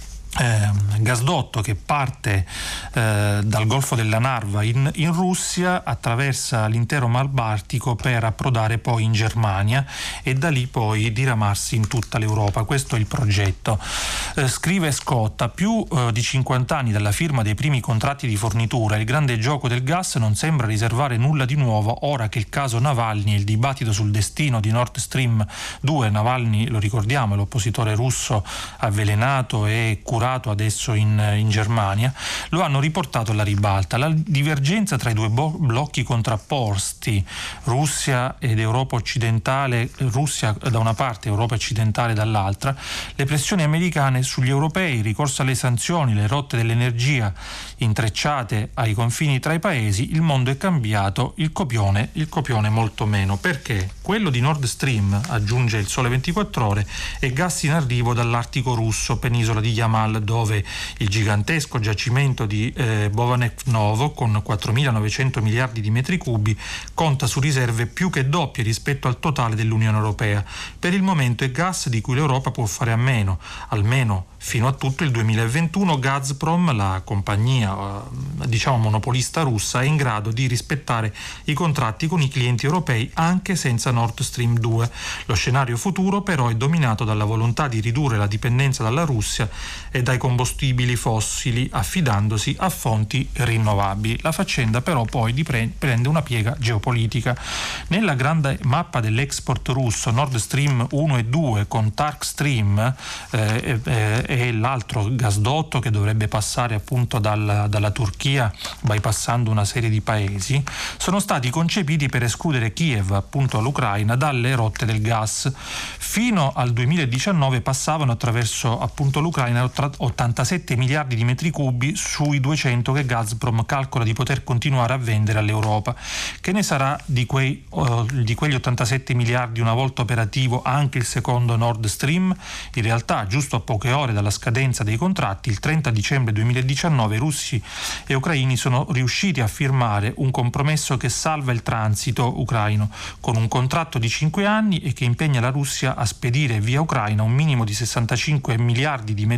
Eh, gasdotto che parte eh, dal Golfo della Narva in, in Russia, attraversa l'intero Mar Baltico per approdare poi in Germania e da lì poi diramarsi in tutta l'Europa. Questo è il progetto. Eh, scrive Scott: a più eh, di cinquanta anni dalla firma dei primi contratti di fornitura, il grande gioco del gas non sembra riservare nulla di nuovo ora che il caso Navalny e il dibattito sul destino di Nord Stream due, Navalny, lo ricordiamo, è l'oppositore russo avvelenato e curato adesso in, in Germania, lo hanno riportato alla ribalta. La divergenza tra i due bo- blocchi contrapposti, Russia ed Europa occidentale, Russia da una parte, Europa occidentale dall'altra, le pressioni americane sugli europei, il ricorso alle sanzioni, le rotte dell'energia intrecciate ai confini tra i paesi, il mondo è cambiato, il copione, il copione molto meno. Perché? Quello di Nord Stream, aggiunge il Sole ventiquattro Ore, è gas in arrivo dall'Artico russo, penisola di Yamal, dove il gigantesco giacimento di eh, Bovanek-Novo, con quattromilanovecento miliardi di metri cubi, conta su riserve più che doppie rispetto al totale dell'Unione Europea. Per il momento è gas di cui l'Europa può fare a meno, almeno fino a tutto il duemilaventuno. Gazprom, la compagnia eh, diciamo monopolista russa, è in grado di rispettare i contratti con i clienti europei anche senza Nord Stream due. Lo scenario futuro però è dominato dalla volontà di ridurre la dipendenza dalla Russia e dai combustibili fossili, affidandosi a fonti rinnovabili. La faccenda però poi prende una piega geopolitica. Nella grande mappa dell'export russo, Nord Stream uno e due con Turk Stream eh, eh, e l'altro gasdotto che dovrebbe passare appunto dal, dalla Turchia bypassando una serie di paesi, sono stati concepiti per escludere Kiev, appunto l'Ucraina, dalle rotte del gas. Fino al duemiladiciannove passavano attraverso appunto l'Ucraina ottantasette miliardi di metri cubi sui duecento che Gazprom calcola di poter continuare a vendere all'Europa. Che ne sarà di, quei, uh, di quegli ottantasette miliardi una volta operativo anche il secondo Nord Stream? In realtà, giusto a poche ore dalla scadenza dei contratti, il trenta dicembre duemiladiciannove, russi e ucraini sono riusciti a firmare un compromesso che salva il transito ucraino, con un contratto di cinque anni e che impegna la Russia a spedire via Ucraina un minimo di sessantacinque miliardi di metri cubi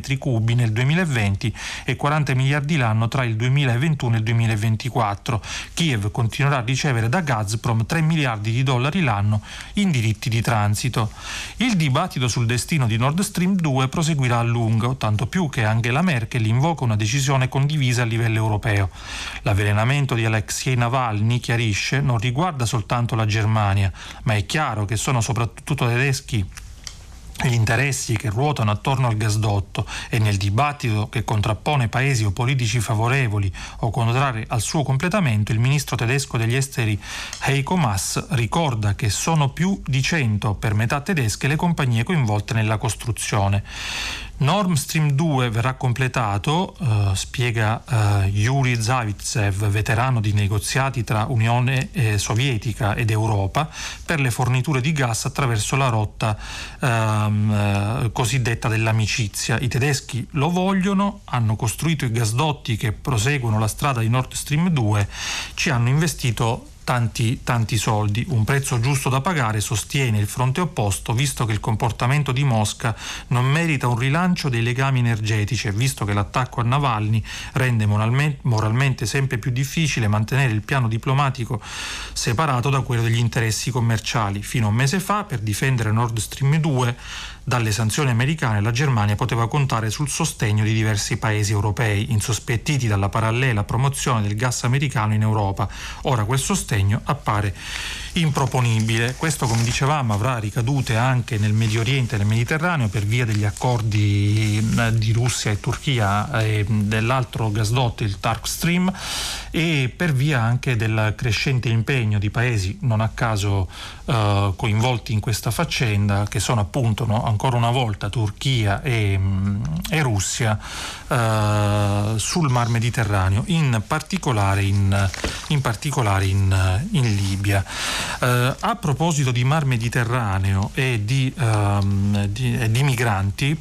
gastubi nel duemilaventi e quaranta miliardi l'anno tra il duemilaventuno e il duemilaventiquattro. Kiev continuerà a ricevere da Gazprom tre miliardi di dollari l'anno in diritti di transito. Il dibattito sul destino di Nord Stream due proseguirà a lungo, tanto più che Angela Merkel invoca una decisione condivisa a livello europeo. L'avvelenamento di Alexei Navalny, chiarisce, non riguarda soltanto la Germania, ma è chiaro che sono soprattutto tedeschi gli interessi che ruotano attorno al gasdotto, e nel dibattito che contrappone paesi o politici favorevoli o contrari al suo completamento, il ministro tedesco degli esteri Heiko Maas ricorda che sono più di cento per metà tedesche le compagnie coinvolte nella costruzione. Nord Stream due verrà completato, eh, spiega eh, Yuri Zavitsev, veterano di negoziati tra Unione eh, Sovietica ed Europa, per le forniture di gas attraverso la rotta ehm, eh, cosiddetta dell'amicizia. I tedeschi lo vogliono, hanno costruito i gasdotti che proseguono la strada di Nord Stream due, ci hanno investito Tanti, tanti soldi, un prezzo giusto da pagare, sostiene il fronte opposto, visto che il comportamento di Mosca non merita un rilancio dei legami energetici e visto che l'attacco a Navalny rende moralmente, moralmente sempre più difficile mantenere il piano diplomatico separato da quello degli interessi commerciali. Fino a un mese fa, per difendere Nord Stream due dalle sanzioni americane, la Germania poteva contare sul sostegno di diversi paesi europei, insospettiti dalla parallela promozione del gas americano in Europa. Ora quel sostegno appare improponibile. Questo, come dicevamo, avrà ricadute anche nel Medio Oriente e nel Mediterraneo per via degli accordi di Russia e Turchia e dell'altro gasdotto, il Turk Stream, e per via anche del crescente impegno di paesi non a caso eh, coinvolti in questa faccenda, che sono appunto, no, ancora una volta Turchia e, e Russia eh, sul Mar Mediterraneo, in particolare in, in, particolare in, in Libia. Uh, a proposito di Mar Mediterraneo e di, um, di, di migranti,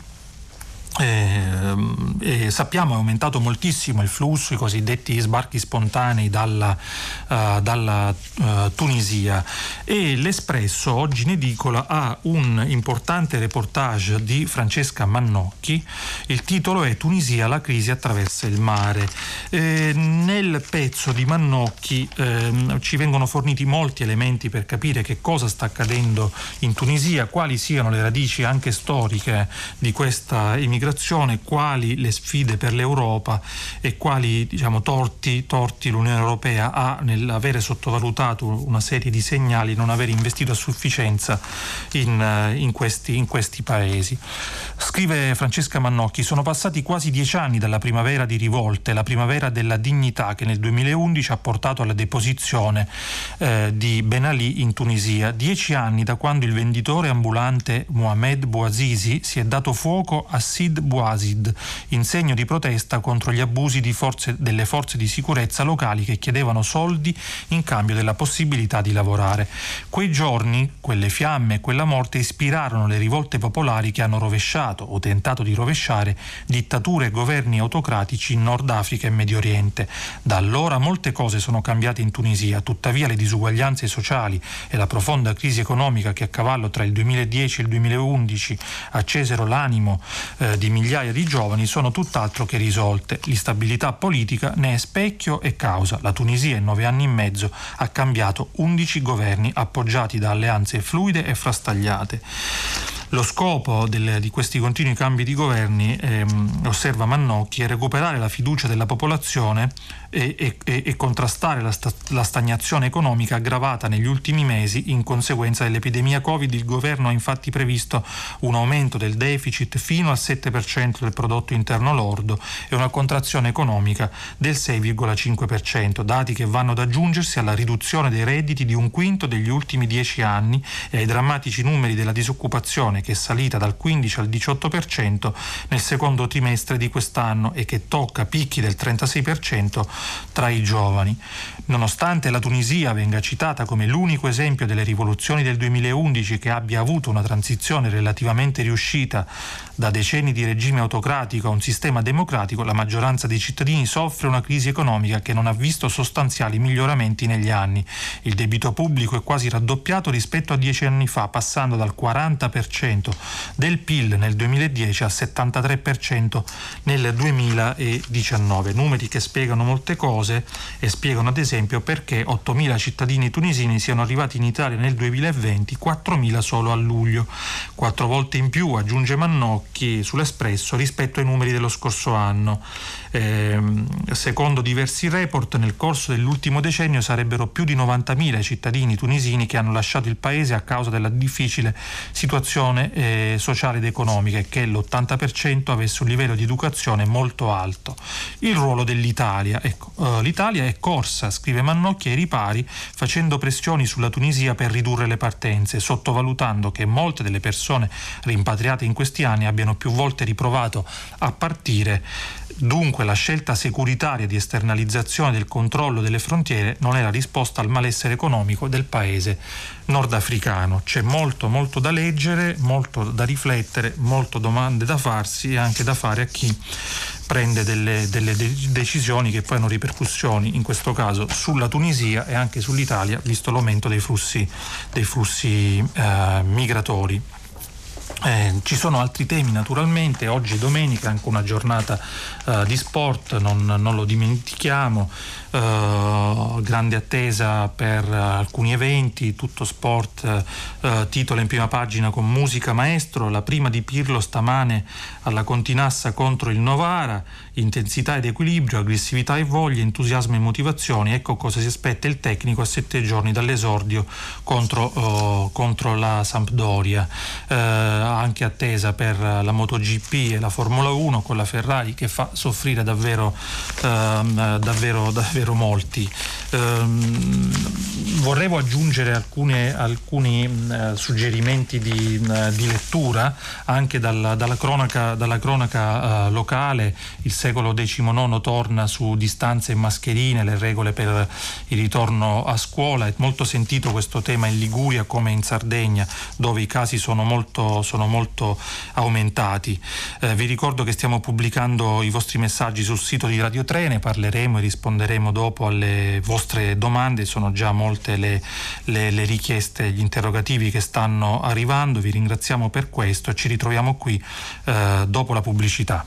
Eh, eh, sappiamo è aumentato moltissimo il flusso, i cosiddetti sbarchi spontanei dalla, uh, dalla uh, Tunisia, e l'Espresso oggi in edicola ha un importante reportage di Francesca Mannocchi. Il titolo è "Tunisia, la crisi attraversa il mare". Eh, nel pezzo di Mannocchi eh, ci vengono forniti molti elementi per capire che cosa sta accadendo in Tunisia, quali siano le radici anche storiche di questa immigrazione, quali le sfide per l'Europa e quali, diciamo, torti, torti l'Unione Europea ha nell'avere sottovalutato una serie di segnali, non aver investito a sufficienza in, in, questi, in questi paesi. Scrive Francesca Mannocchi: sono passati quasi dieci anni dalla primavera di rivolte, la primavera della dignità, che nel duemilaundici ha portato alla deposizione eh, di Ben Ali in Tunisia. Dieci anni da quando il venditore ambulante Mohamed Bouazizi si è dato fuoco a Sid Bouazid in segno di protesta contro gli abusi di forze, delle forze di sicurezza locali che chiedevano soldi in cambio della possibilità di lavorare. Quei giorni, quelle fiamme e quella morte ispirarono le rivolte popolari che hanno rovesciato o tentato di rovesciare dittature e governi autocratici in Nord Africa e Medio Oriente. Da allora molte cose sono cambiate in Tunisia, tuttavia le disuguaglianze sociali e la profonda crisi economica che a cavallo tra il duemiladieci e il duemilaundici accesero l'animo eh, di migliaia di giovani sono tutt'altro che risolte. L'instabilità politica ne è specchio e causa. La Tunisia in nove anni e mezzo ha cambiato undici governi appoggiati da alleanze fluide e frastagliate. Lo scopo del, di questi continui cambi di governi, ehm, osserva Mannocchi, è recuperare la fiducia della popolazione e, e, e contrastare la, sta, la stagnazione economica aggravata negli ultimi mesi in conseguenza dell'epidemia Covid. Il governo ha infatti previsto un aumento del deficit fino al sette per cento del prodotto interno lordo e una contrazione economica del sei virgola cinque per cento, dati che vanno ad aggiungersi alla riduzione dei redditi di un quinto degli ultimi dieci anni e ai drammatici numeri della disoccupazione, che è salita dal quindici al diciotto per cento nel secondo trimestre di quest'anno e che tocca picchi del trentasei per cento tra i giovani. Nonostante la Tunisia venga citata come l'unico esempio delle rivoluzioni del duemilaundici che abbia avuto una transizione relativamente riuscita da decenni di regime autocratico a un sistema democratico, la maggioranza dei cittadini soffre una crisi economica che non ha visto sostanziali miglioramenti negli anni. Il debito pubblico è quasi raddoppiato rispetto a dieci anni fa, passando dal quaranta per cento cento del P I L nel duemiladieci al settantatré per cento nel duemiladiciannove. Numeri che spiegano molte cose e spiegano ad esempio perché ottomila cittadini tunisini siano arrivati in Italia nel duemilaventi, quattromila solo a luglio, quattro volte in più, aggiunge Mannocchi sull'Espresso, rispetto ai numeri dello scorso anno. Eh, secondo diversi report, nel corso dell'ultimo decennio sarebbero più di novantamila i cittadini tunisini che hanno lasciato il paese a causa della difficile situazione eh, sociale ed economica e che l'ottanta per cento avesse un livello di educazione molto alto. Il ruolo dell'Italia, ecco, eh, l'Italia è corsa, scrive Mannocchi, ai ripari, facendo pressioni sulla Tunisia per ridurre le partenze, sottovalutando che molte delle persone rimpatriate in questi anni abbiano più volte riprovato a partire. Dunque la scelta securitaria di esternalizzazione del controllo delle frontiere non è la risposta al malessere economico del paese nordafricano. C'è molto molto da leggere, molto da riflettere, molte domande da farsi e anche da fare a chi prende delle, delle decisioni che poi hanno ripercussioni in questo caso sulla Tunisia e anche sull'Italia, visto l'aumento dei flussi, dei flussi eh, migratori. Eh, ci sono altri temi naturalmente, oggi è domenica, anche una giornata eh, di sport, non, non lo dimentichiamo, eh, grande attesa per eh, alcuni eventi, tutto sport, eh, titola in prima pagina con musica maestro, la prima di Pirlo stamane alla Continassa contro il Novara, intensità ed equilibrio, aggressività e voglia, entusiasmo e motivazioni, ecco cosa si aspetta il tecnico a sette giorni dall'esordio contro, uh, contro la Sampdoria. Uh, anche attesa per la MotoGP e la Formula uno con la Ferrari che fa soffrire davvero, uh, davvero, davvero molti. Uh, vorrei aggiungere alcune, alcuni uh, suggerimenti di, uh, di lettura anche dalla, dalla cronaca, dalla cronaca uh, locale. Il secolo diciannove torna su distanze e mascherine, le regole per il ritorno a scuola. È molto sentito questo tema in Liguria come in Sardegna, dove i casi sono molto, sono molto aumentati. Eh, vi ricordo che stiamo pubblicando i vostri messaggi sul sito di Radio tre, ne parleremo e risponderemo dopo alle vostre domande. Sono già molte le, le, le richieste, gli interrogativi che stanno arrivando. Vi ringraziamo per questo e ci ritroviamo qui eh, dopo la pubblicità.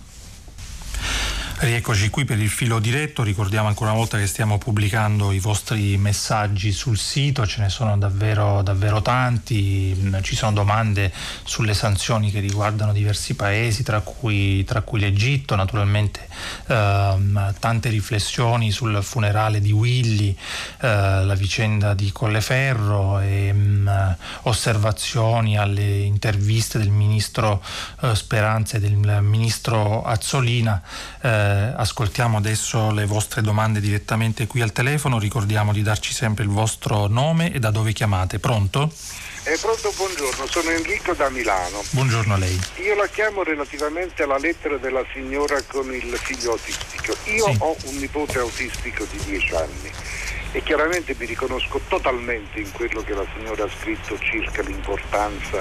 Rieccoci qui per il filo diretto, ricordiamo ancora una volta che stiamo pubblicando i vostri messaggi sul sito, ce ne sono davvero, davvero tanti, ci sono domande sulle sanzioni che riguardano diversi paesi, tra cui, tra cui l'Egitto, naturalmente ehm, tante riflessioni sul funerale di Willy, eh, la vicenda di Colleferro e mh, osservazioni alle interviste del ministro eh, Speranza e del ministro Azzolina. Eh, ascoltiamo adesso le vostre domande direttamente qui al telefono, ricordiamo di darci sempre il vostro nome e da dove chiamate. Pronto? Eh, pronto, buongiorno, sono Enrico da Milano. Buongiorno a lei. Io la chiamo relativamente alla lettera della signora con il figlio autistico. Io sì. Ho un nipote autistico di dieci anni e chiaramente mi riconosco totalmente in quello che la signora ha scritto circa l'importanza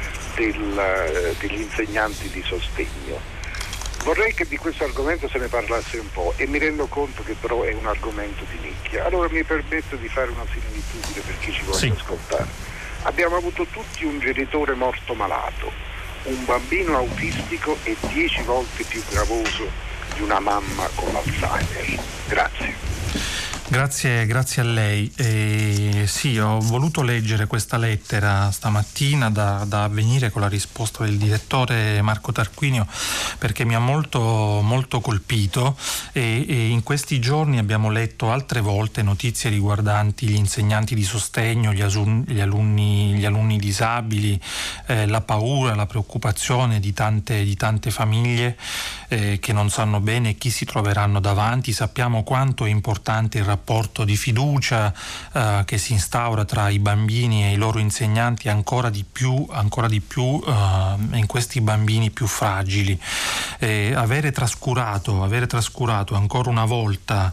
del, degli insegnanti di sostegno. Vorrei che di questo argomento se ne parlasse un po' e mi rendo conto che però è un argomento di nicchia. Allora mi permetto di fare una similitudine per chi ci vuole sì. ascoltare. Abbiamo avuto tutti un genitore morto malato, un bambino autistico è dieci volte più gravoso di una mamma con l'Alzheimer. Grazie. Grazie, grazie a lei. Eh, sì, ho voluto leggere questa lettera stamattina da, da Avvenire con la risposta del direttore Marco Tarquinio perché mi ha molto, molto colpito e, e in questi giorni abbiamo letto altre volte notizie riguardanti gli insegnanti di sostegno, gli, asun, gli, alunni, gli alunni disabili, eh, la paura, la preoccupazione di tante, di tante famiglie eh, che non sanno bene chi si troveranno davanti. Sappiamo quanto è importante il rapporto di fiducia eh, che si instaura tra i bambini e i loro insegnanti, ancora di più, ancora di più eh, in questi bambini più fragili. Eh, avere trascurato, avere trascurato ancora una volta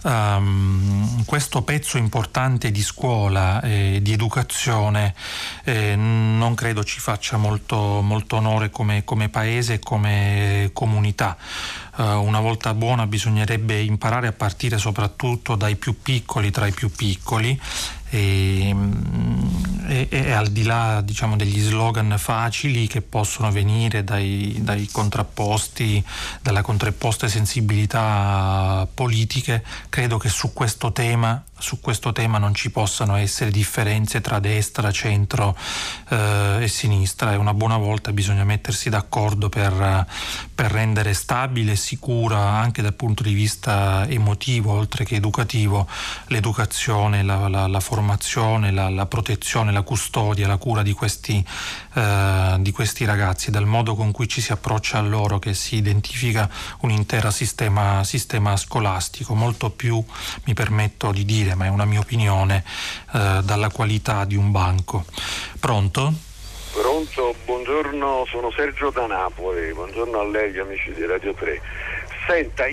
Um, questo pezzo importante di scuola e di educazione eh, non credo ci faccia molto, molto onore come, come paese e come comunità. Uh, una volta buona bisognerebbe imparare a partire soprattutto dai più piccoli tra i più piccoli e um, e, e al di là, diciamo, degli slogan facili che possono venire dai, dai contrapposti, dalle contrapposte sensibilità politiche, credo che su questo tema su questo tema non ci possano essere differenze tra destra, centro eh, e sinistra, e una buona volta bisogna mettersi d'accordo per, per rendere stabile e sicura, anche dal punto di vista emotivo oltre che educativo, l'educazione, la, la, la formazione, la, la protezione, la custodia, la cura di questi, eh, di questi ragazzi, dal modo con cui ci si approccia a loro che si identifica un intero sistema, sistema scolastico, molto più, mi permetto di dire, ma è una mia opinione, eh, dalla qualità di un banco. Pronto? Pronto, buongiorno, sono Sergio da Napoli, buongiorno a lei, gli amici di Radio tre. Senta,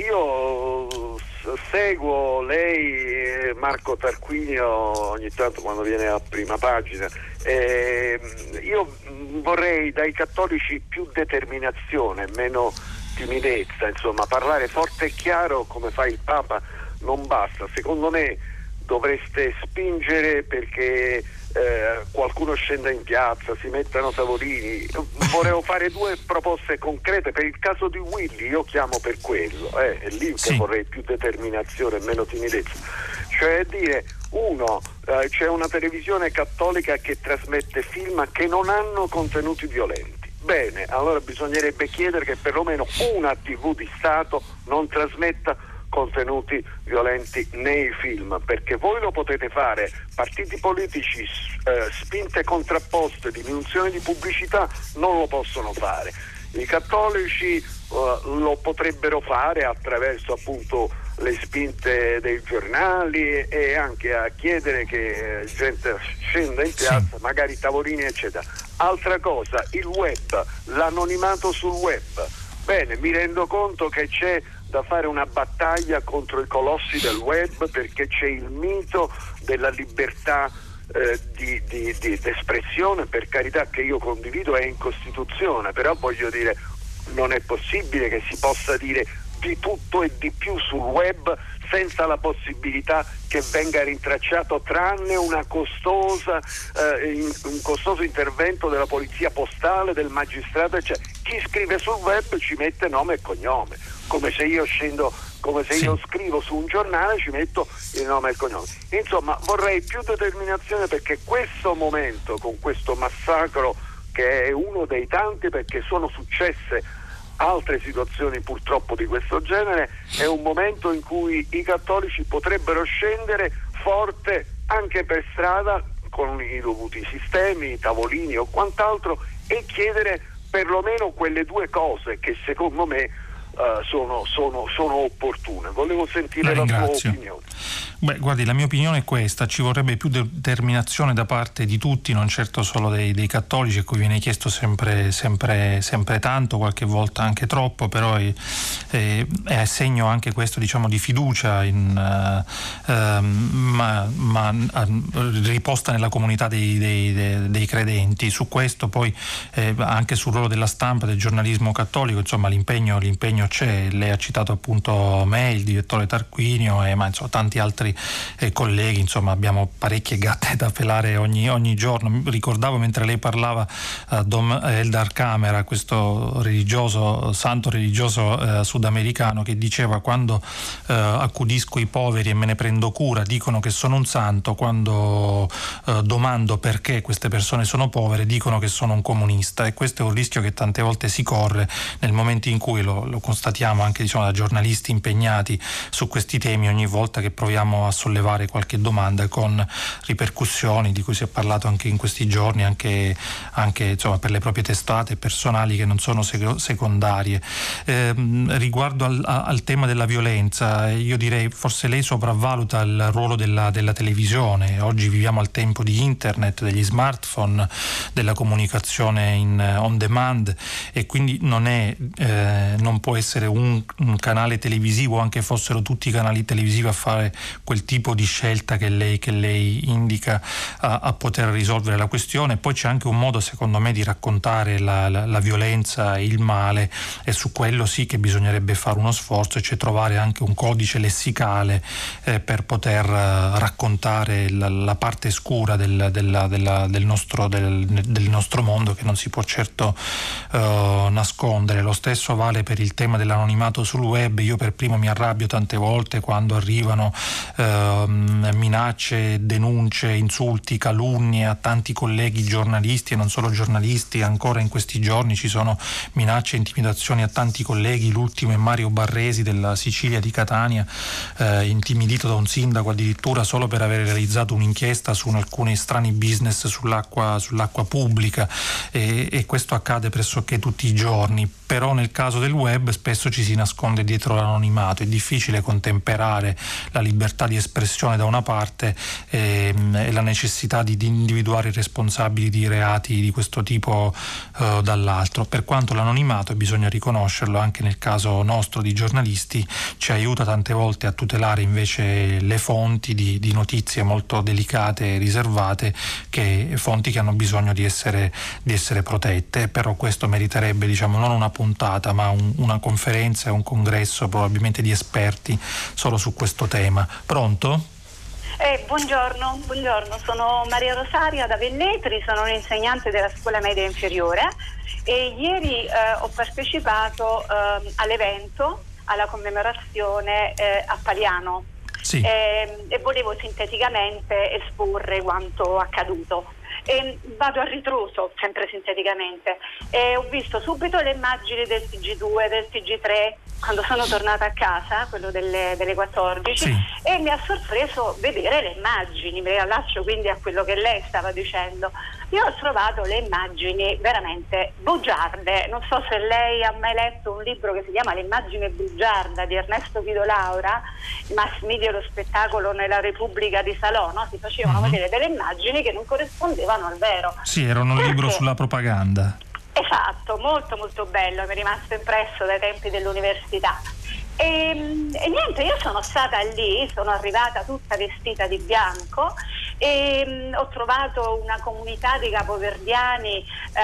io seguo lei e Marco Tarquinio ogni tanto quando viene a Prima Pagina. Eh, io vorrei dai cattolici più determinazione, meno timidezza, insomma, parlare forte e chiaro come fa il Papa non basta. Secondo me dovreste spingere perché eh, qualcuno scenda in piazza, si mettano tavolini. Volevo fare due proposte concrete per il caso di Willy, io chiamo per quello, eh, è lì sì. che vorrei più determinazione e meno timidezza. Cioè dire, uno, eh, c'è una televisione cattolica che trasmette film che non hanno contenuti violenti. Bene, allora bisognerebbe chiedere che perlomeno una tivù di Stato non trasmetta contenuti violenti nei film, perché voi lo potete fare, partiti politici, eh, spinte contrapposte, diminuzione di pubblicità non lo possono fare. I cattolici eh, lo potrebbero fare attraverso appunto le spinte dei giornali e anche a chiedere che gente scenda in piazza, sì. magari tavolini eccetera. Altra cosa, il web, l'anonimato sul web. Bene, mi rendo conto che c'è da fare una battaglia contro i colossi del web, perché c'è il mito della libertà eh, di, di, di, di espressione, per carità, che io condivido, è in Costituzione, però voglio dire, non è possibile che si possa dire di tutto e di più sul web senza la possibilità che venga rintracciato, tranne una costosa, eh, in, un costoso intervento della polizia postale, del magistrato, eccetera. Chi scrive sul web ci mette nome e cognome, come se io scendo, come se sì. io scrivo su un giornale, ci metto il nome e il cognome. Insomma, vorrei più determinazione, perché questo momento, con questo massacro, che è uno dei tanti, perché sono successe altre situazioni purtroppo di questo genere, è un momento in cui i cattolici potrebbero scendere forte anche per strada con i dovuti sistemi, tavolini o quant'altro, e chiedere perlomeno quelle due cose che secondo me uh, sono, sono, sono opportune. Volevo sentire la, la sua opinione. Beh, guardi, la mia opinione è questa: ci vorrebbe più determinazione da parte di tutti, non certo solo dei, dei cattolici, a cui viene chiesto sempre, sempre, sempre tanto, qualche volta anche troppo, però è, è, è segno anche questo, diciamo, di fiducia in, uh, uh, ma, ma uh, riposta nella comunità dei, dei, dei, dei credenti. Su questo poi eh, anche sul ruolo della stampa, del giornalismo cattolico, insomma l'impegno, l'impegno c'è. Lei ha citato appunto me, il direttore Tarquinio, e ma insomma tanti altri eh, colleghi, insomma abbiamo parecchie gatte da pelare ogni, ogni giorno. Ricordavo mentre lei parlava uh, Dom Eldar Camera, questo religioso, santo religioso uh, sudamericano, che diceva: quando uh, accudisco i poveri e me ne prendo cura dicono che sono un santo, quando uh, domando perché queste persone sono povere dicono che sono un comunista. E questo è un rischio che tante volte si corre nel momento in cui lo, lo constatiamo anche, diciamo, da giornalisti impegnati su questi temi, ogni volta che proviamo a sollevare qualche domanda, con ripercussioni di cui si è parlato anche in questi giorni, anche, anche insomma, per le proprie testate personali, che non sono secondarie. Eh, riguardo al, al tema della violenza, io direi forse lei sopravvaluta il ruolo della, della televisione. Oggi viviamo al tempo di internet, degli smartphone, della comunicazione in on demand, e quindi non è eh, non può essere un, un canale televisivo, anche fossero tutti i canali televisivi a fare trovare quel tipo di scelta che lei, che lei indica a, a poter risolvere la questione. Poi c'è anche un modo, secondo me, di raccontare la, la, la violenza e il male, e su quello sì che bisognerebbe fare uno sforzo, cioè trovare anche un codice lessicale eh, per poter uh, raccontare la, la parte scura del, della, della, del, nostro, del, del nostro mondo, che non si può certo uh, nascondere. Lo stesso vale per il tema dell'anonimato sul web. Io per primo mi arrabbio tante volte quando arrivano uh, minacce, denunce, insulti, calunnie a tanti colleghi giornalisti, e non solo giornalisti. Ancora in questi giorni ci sono minacce e intimidazioni a tanti colleghi. L'ultimo è Mario Barresi della Sicilia, di Catania, eh, intimidito da un sindaco addirittura solo per aver realizzato un'inchiesta su alcuni strani business sull'acqua, sull'acqua pubblica, e, e questo accade pressoché tutti i giorni. Però nel caso del web spesso ci si nasconde dietro l'anonimato, è difficile contemperare la libertà di espressione da una parte e, e la necessità di, di individuare i responsabili di reati di questo tipo uh, dall'altro. Per quanto l'anonimato, bisogna riconoscerlo, anche nel caso nostro di giornalisti, ci aiuta tante volte a tutelare invece le fonti di, di notizie molto delicate e riservate, che fonti che hanno bisogno di essere, di essere protette. Però questo meriterebbe, diciamo, non una puntata, ma un, una conferenza e un congresso probabilmente di esperti solo su questo tema. Pronto? Eh, buongiorno, buongiorno, sono Maria Rosaria da Velletri, sono un'insegnante della scuola media inferiore e ieri eh, ho partecipato eh, all'evento, alla commemorazione eh, a Paliano. Sì. eh, e volevo sinteticamente esporre quanto accaduto. E vado a ritroso, sempre sinteticamente. E ho visto subito le immagini del T G due, del T G tre, quando sono tornata a casa, quello delle, delle quattordici, sì. E mi ha sorpreso vedere le immagini. Mi riallaccio quindi a quello che lei stava dicendo. Io ho trovato le immagini veramente bugiarde. Non so se lei ha mai letto un libro che si chiama L'immagine bugiarda di Ernesto Guido Laura, i mass media e lo spettacolo nella Repubblica di Salò, no? Si facevano mm-hmm. vedere delle immagini che non corrispondevano al vero. Sì, era un Perché? libro sulla propaganda. Esatto, molto molto bello, mi è rimasto impresso dai tempi dell'università. E, e niente, io sono stata lì, sono arrivata tutta vestita di bianco e um, ho trovato una comunità di capoverdiani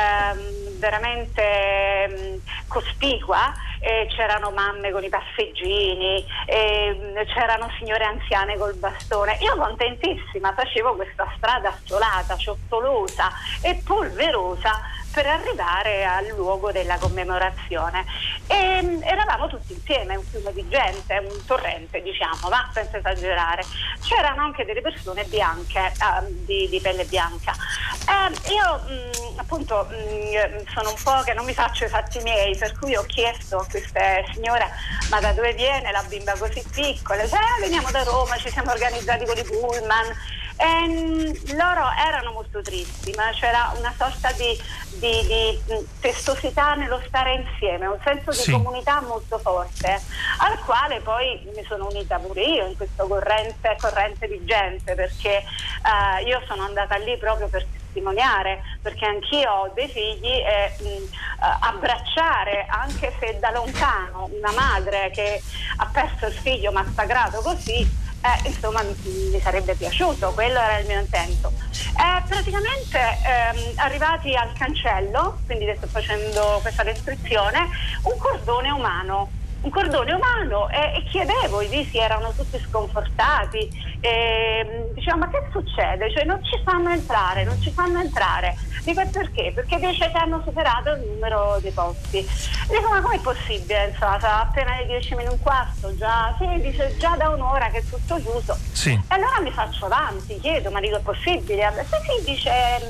um, veramente um, cospicua. E c'erano mamme con i passeggini, e c'erano signore anziane col bastone. Io contentissima facevo questa strada assolata, ciottolosa e polverosa per arrivare al luogo della commemorazione. E eravamo tutti insieme, un fiume di gente, un torrente, diciamo, ma senza esagerare. C'erano anche delle persone bianche, uh, di, di pelle bianca. Eh, io mh, appunto mh, sono un po' che non mi faccio i fatti miei, per cui ho chiesto a questa signora: ma da dove viene la bimba così piccola? Eh, veniamo da Roma, ci siamo organizzati con i pullman. E mh, loro erano molto tristi, ma c'era una sorta di, di, di festosità nello stare insieme, un senso di sì. comunità molto forte, al quale poi mi sono unita pure io in questo corrente, corrente di gente, perché uh, io sono andata lì proprio per testimoniare, perché anch'io ho dei figli e mh, uh, abbracciare, anche se da lontano, una madre che ha perso il figlio massacrato così, Eh, insomma mi, mi sarebbe piaciuto, quello era il mio intento. Eh, praticamente ehm, arrivati al cancello, quindi sto facendo questa descrizione, un cordone umano un cordone umano e, e chiedevo, i visi erano tutti sconfortati e dicevo: ma che succede? Cioè non ci fanno entrare, non ci fanno entrare. Dico: perché? Perché dice che hanno superato il numero dei posti. Dico: ma com'è possibile? Insomma, sono appena le dieci meno un quarto, già, sì, dice già da un'ora che è tutto chiuso. Sì. E allora mi faccio avanti, chiedo: ma dico, è possibile? Sì, sì, dice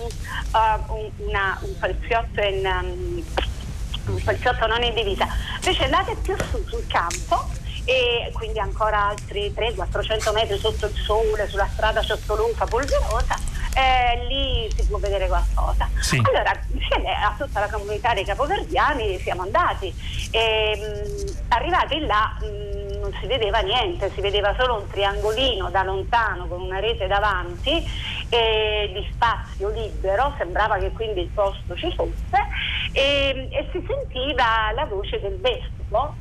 uh, un, una, un poliziotto in um, un poliziotto non in divisa, invece andate più su sul campo e quindi ancora altri trecento quattrocento metri sotto il sole, sulla strada ciottolosa, polverosa, eh, lì si può vedere qualcosa. Sì. Allora insieme a tutta la comunità dei capoverdiani siamo andati e mh, arrivati là mh, non si vedeva niente, si vedeva solo un triangolino da lontano con una rete davanti e di spazio libero, sembrava che quindi il posto ci fosse e, e si sentiva la voce del vescovo. gruppo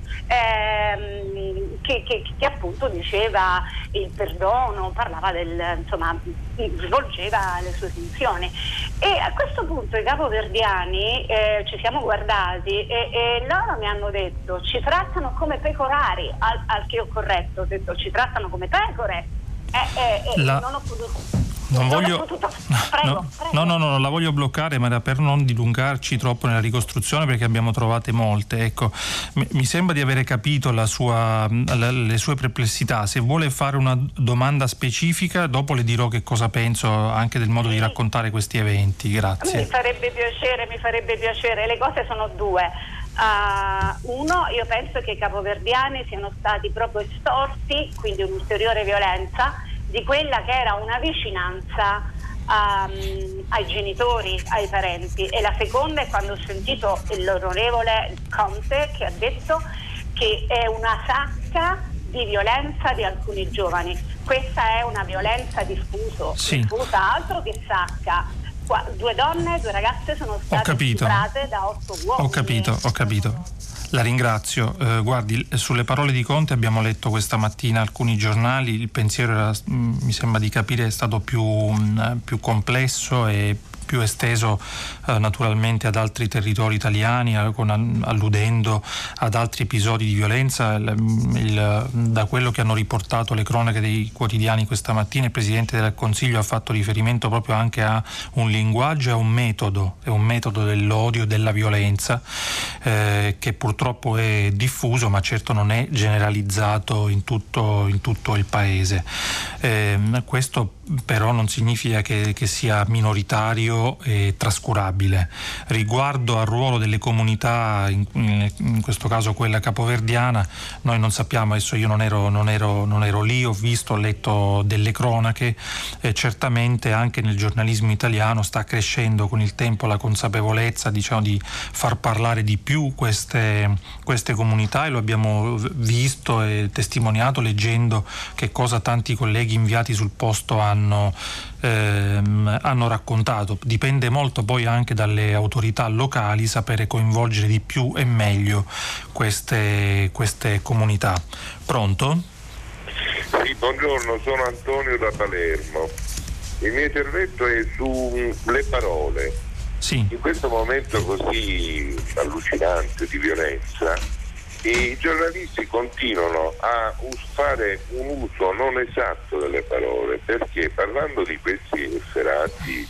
ehm, che, che, che appunto diceva il perdono, parlava del, insomma, svolgeva le sue funzioni. E a questo punto i capoverdiani eh, ci siamo guardati e, e loro mi hanno detto: ci trattano come pecorari, al, al che ho corretto, ho detto ci trattano come pecore. Eh, eh, eh, La... non ho potuto Non non voglio, ho potuto... Prego, no, prego. no, no, no, non la voglio bloccare, ma era per non dilungarci troppo nella ricostruzione, perché abbiamo trovate molte. Ecco, mi, mi sembra di avere capito la sua, la, le sue perplessità. Se vuole fare una domanda specifica, dopo le dirò che cosa penso anche del modo di raccontare questi eventi. Grazie. Mi farebbe piacere, mi farebbe piacere. Le cose sono due. Uh, uno, io penso che i capoverdiani siano stati proprio estorti, quindi un'ulteriore violenza di quella che era una vicinanza um, ai genitori, ai parenti. E la seconda è quando ho sentito l'onorevole Conte che ha detto che è una sacca di violenza di alcuni giovani. Questa è una violenza diffuso, sì. diffusa, altro che sacca. Qua, due donne, due ragazze sono state stuprate da otto uomini. Ho capito, ho capito. La ringrazio. Eh, guardi, sulle parole di Conte abbiamo letto questa mattina alcuni giornali, il pensiero era, mi sembra di capire, è stato più, più complesso e più esteso eh, naturalmente ad altri territori italiani, eh, con, alludendo ad altri episodi di violenza. Il, il, da quello che hanno riportato le cronache dei quotidiani questa mattina, il Presidente del Consiglio ha fatto riferimento proprio anche a un linguaggio e a un metodo, è un metodo dell'odio, della violenza, eh, che purtroppo è diffuso, ma certo non è generalizzato in tutto, in tutto il Paese. Eh, questo però non significa che, che sia minoritario e trascurabile. Riguardo al ruolo delle comunità, in, in questo caso quella capoverdiana, noi non sappiamo, adesso io non ero, non ero, non ero lì, ho visto, ho letto delle cronache, e certamente anche nel giornalismo italiano sta crescendo con il tempo la consapevolezza, diciamo, di far parlare di più queste, queste comunità, e lo abbiamo visto e testimoniato leggendo che cosa tanti colleghi inviati sul posto hanno Hanno, ehm, hanno raccontato. Dipende molto poi anche dalle autorità locali sapere coinvolgere di più e meglio queste, queste comunità. Pronto? Sì, buongiorno, sono Antonio da Palermo. Il mio intervento è sulle parole. Sì. In questo momento così allucinante di violenza, i giornalisti continuano a fare un uso non esatto delle parole, perché parlando di questi efferati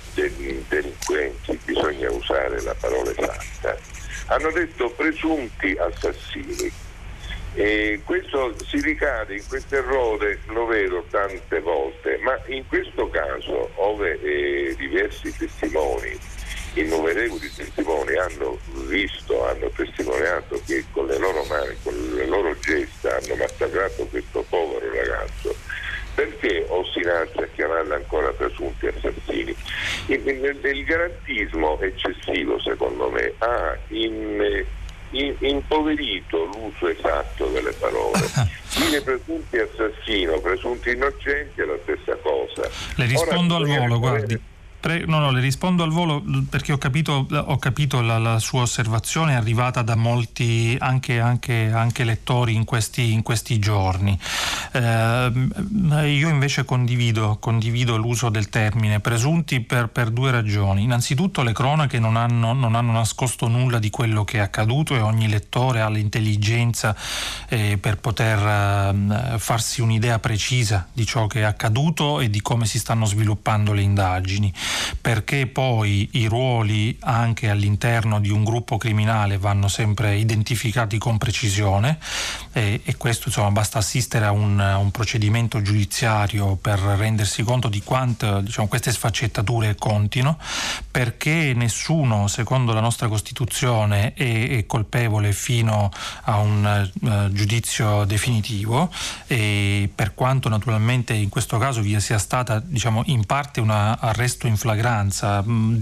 delinquenti bisogna usare la parola esatta. Hanno detto presunti assassini, e questo si ricade in questo errore, lo vedo tante volte, ma in questo caso, ove eh, diversi testimoni, innumerevoli testimoni hanno visto, hanno testimoniato che con le loro mani, con le loro gesta hanno massacrato questo povero ragazzo, perché ostinarsi a chiamarli ancora presunti assassini? Il, il, il garantismo eccessivo, secondo me, ha in, in, impoverito l'uso esatto delle parole. Dire presunti assassini, presunti innocenti è la stessa cosa. Le rispondo Ora, al volo, guardi. guardi. Pre- no, no, le rispondo al volo perché ho capito, ho capito la, la sua osservazione è arrivata da molti anche, anche, anche lettori in questi, in questi giorni. Eh, io invece condivido, condivido l'uso del termine presunti per, per due ragioni. Innanzitutto le cronache non hanno, non hanno nascosto nulla di quello che è accaduto, e ogni lettore ha l'intelligenza eh, per poter eh, farsi un'idea precisa di ciò che è accaduto e di come si stanno sviluppando le indagini. Perché poi i ruoli anche all'interno di un gruppo criminale vanno sempre identificati con precisione, e, e questo, insomma, basta assistere a un, a un procedimento giudiziario per rendersi conto di quanto, diciamo, queste sfaccettature contino, perché nessuno, secondo la nostra Costituzione, è, è colpevole fino a un uh, giudizio definitivo, e per quanto naturalmente in questo caso vi sia stata, diciamo, in parte un arresto in flagranza,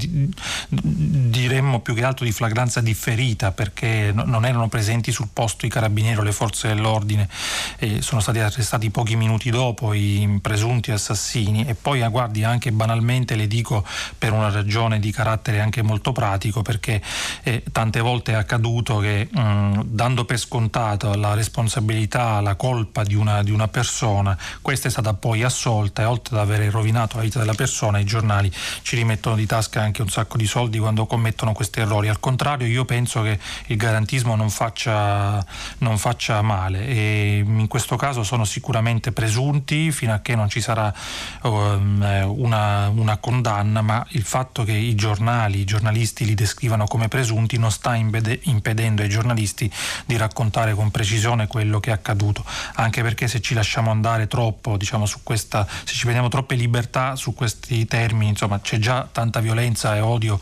diremmo più che altro di flagranza differita, perché non erano presenti sul posto i carabinieri o le forze dell'ordine, e sono stati arrestati pochi minuti dopo i presunti assassini. E poi guardi, anche banalmente le dico, per una ragione di carattere anche molto pratico, perché eh, tante volte è accaduto che mh, dando per scontato la responsabilità, la colpa di una, di una persona, questa è stata poi assolta, e oltre ad aver rovinato la vita della persona, i giornali ci rimettono di tasca anche un sacco di soldi quando commettono questi errori. Al contrario, io penso che il garantismo non faccia, non faccia male, e in questo caso sono sicuramente presunti fino a che non ci sarà um, una, una condanna, ma il fatto che i giornali, i giornalisti li descrivano come presunti non sta impede, impedendo ai giornalisti di raccontare con precisione quello che è accaduto, anche perché se ci lasciamo andare troppo, diciamo, su questa, se ci prendiamo troppe libertà su questi termini, insomma c'è già tanta violenza e odio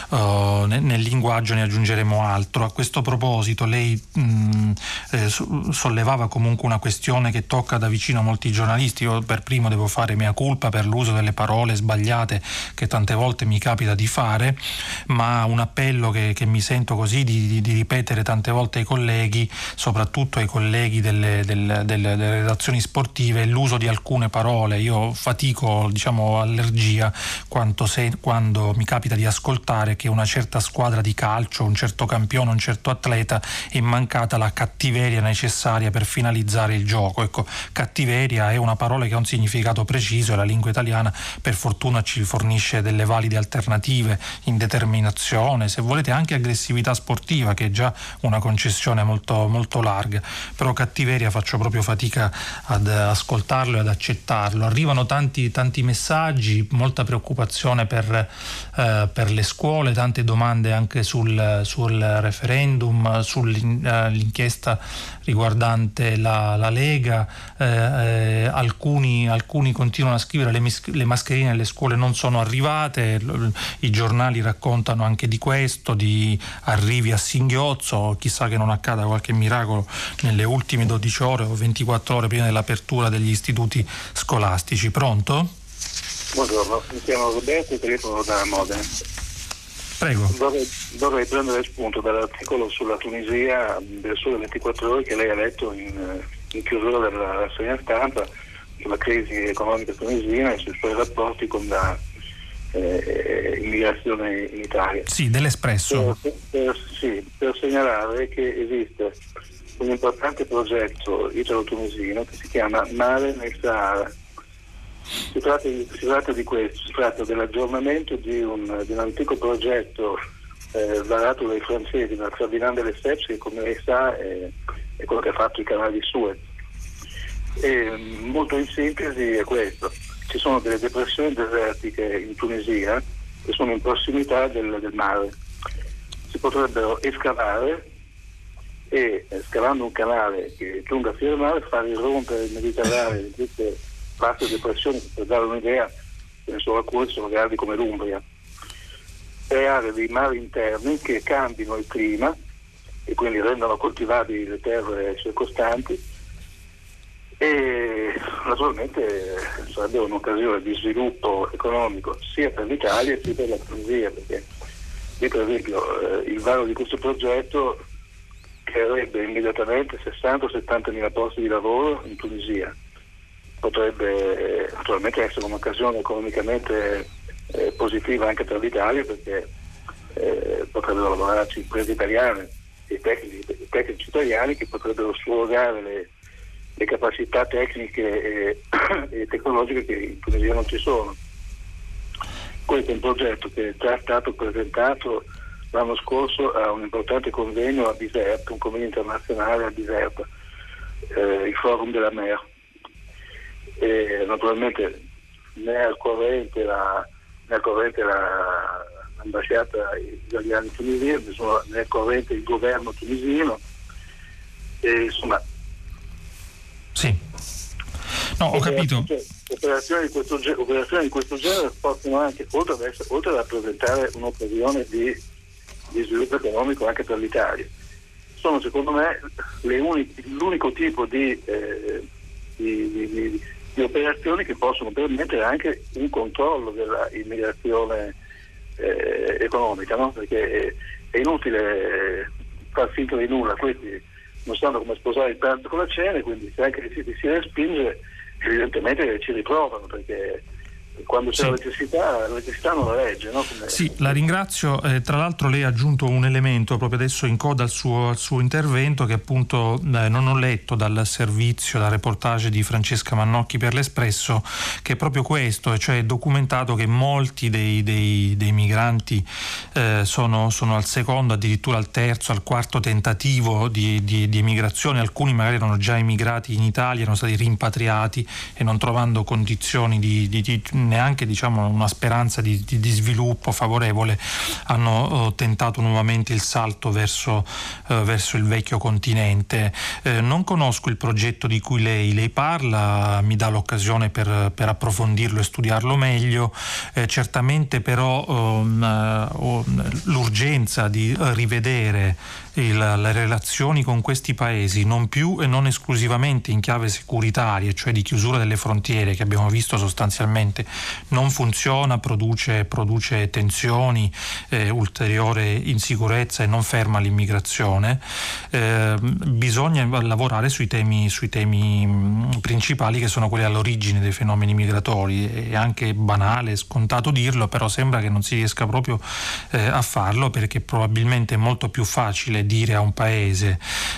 uh, nel, nel linguaggio, ne aggiungeremo altro. A questo proposito lei mh, eh, sollevava comunque una questione che tocca da vicino molti giornalisti. Io per primo devo fare mea culpa per l'uso delle parole sbagliate che tante volte mi capita di fare, ma un appello che, che mi sento così di, di, di ripetere tante volte ai colleghi, soprattutto ai colleghi delle, delle, delle, delle redazioni sportive, è l'uso di alcune parole. Io fatico, diciamo, allergia quanto se, quando mi capita di ascoltare che una certa squadra di calcio, un certo campione, un certo atleta è mancata la cattiveria necessaria per finalizzare il gioco. Ecco, cattiveria è una parola che ha un significato preciso e la lingua italiana per fortuna ci fornisce delle valide alternative: indeterminazione, se volete anche aggressività sportiva, che è già una concessione molto, molto larga, però cattiveria faccio proprio fatica ad ascoltarlo e ad accettarlo. Arrivano tanti, tanti messaggi, molta preoccupazione per, eh, per le scuole, tante domande anche sul, sul referendum, sull'inchiesta riguardante la, la Lega. eh, eh, alcuni, alcuni continuano a scrivere le, mis- le mascherine alle scuole non sono arrivate, l- i giornali raccontano anche di questo, di arrivi a singhiozzo, chissà che non accada qualche miracolo nelle ultime dodici ore o ventiquattro ore prima dell'apertura degli istituti scolastici. Pronto? Buongiorno, mi chiamo Roberto e telefono da Modena. Prego. Vorrei, vorrei prendere spunto dall'articolo sulla Tunisia del Sole ventiquattro Ore che lei ha letto in, in chiusura della rassegna stampa, sulla crisi economica tunisina e sui suoi rapporti con la eh, immigrazione in Italia. Sì, dell'Espresso. Per, per, sì, per segnalare che esiste un importante progetto italo-tunisino che si chiama Mare nel Sahara. Si tratta, di, si tratta di questo, si tratta dell'aggiornamento di un, di un antico progetto eh, varato dai francesi, da Ferdinand de Lesseps, che come lei sa è, è quello che ha fatto i canali di Suez. E, molto in sintesi è questo: ci sono delle depressioni desertiche in Tunisia che sono in prossimità del, del mare. Si potrebbero escavare e, scavando un canale che giunga fino al mare, far irrompere il Mediterraneo in queste vaste depressioni, per dare un'idea, ce ne sono alcune sono grandi come l'Umbria, creare dei mari interni che cambino il clima e quindi rendano coltivabili le terre circostanti, e naturalmente sarebbe un'occasione di sviluppo economico sia per l'Italia sia per la Tunisia, perché io per esempio eh, il varo di questo progetto creerebbe immediatamente sessanta settanta mila posti di lavoro in Tunisia. Potrebbe eh, naturalmente essere un'occasione economicamente eh, positiva anche per l'Italia, perché eh, potrebbero lavorarci imprese italiane e tecnici, tecnici italiani che potrebbero surrogare le, le capacità tecniche e, e tecnologiche che in Tunisia non ci sono. Questo è un progetto che è già stato presentato l'anno scorso a un importante convegno a Biserta, un convegno internazionale a Biserta, eh, il Forum della Mer. E naturalmente ne è al corrente, la, ne è al corrente la, l'ambasciata italiana in Tunisia, ne è al corrente il governo tunisino, e insomma sì. No, ho capito. Operazioni di questo, operazioni di questo genere possono anche, oltre ad, essere, oltre ad rappresentare un'occasione di, di sviluppo economico anche per l'Italia, sono secondo me le uniche, l'unico tipo di, eh, di, di, di, di operazioni che possono permettere anche un controllo della immigrazione eh, economica, no? Perché è, è inutile far finta di nulla. Questi non sanno come sposare il pranzo con la cena, quindi se anche si, si respinge, evidentemente ci riprovano, perché quando c'è sì. la necessità, la necessità non la legge, no? Come... Sì, la ringrazio. Eh, tra l'altro lei ha aggiunto un elemento proprio adesso in coda al suo, al suo intervento, che appunto eh, non ho letto dal servizio, dal reportage di Francesca Mannocchi per l'Espresso, che è proprio questo, cioè è documentato che molti dei, dei, dei migranti eh, sono, sono al secondo, addirittura al terzo, al quarto tentativo di, di, di emigrazione. Alcuni magari erano già emigrati in Italia, erano stati rimpatriati e non trovando condizioni di, di, di neanche diciamo una speranza di, di, di sviluppo favorevole, hanno uh, tentato nuovamente il salto verso, uh, verso il vecchio continente. Eh, non conosco il progetto di cui lei, lei parla, mi dà l'occasione per, per approfondirlo e studiarlo meglio. Eh, certamente però um, uh, l'urgenza di rivedere Il, le relazioni con questi paesi, non più e non esclusivamente in chiave securitaria, cioè di chiusura delle frontiere, che abbiamo visto sostanzialmente non funziona, produce, produce tensioni, eh, ulteriore insicurezza e non ferma l'immigrazione. Eh, bisogna lavorare sui temi, sui temi principali, che sono quelli all'origine dei fenomeni migratori. È anche banale, scontato dirlo, però sembra che non si riesca proprio eh, a farlo, perché probabilmente è molto più facile dire a un paese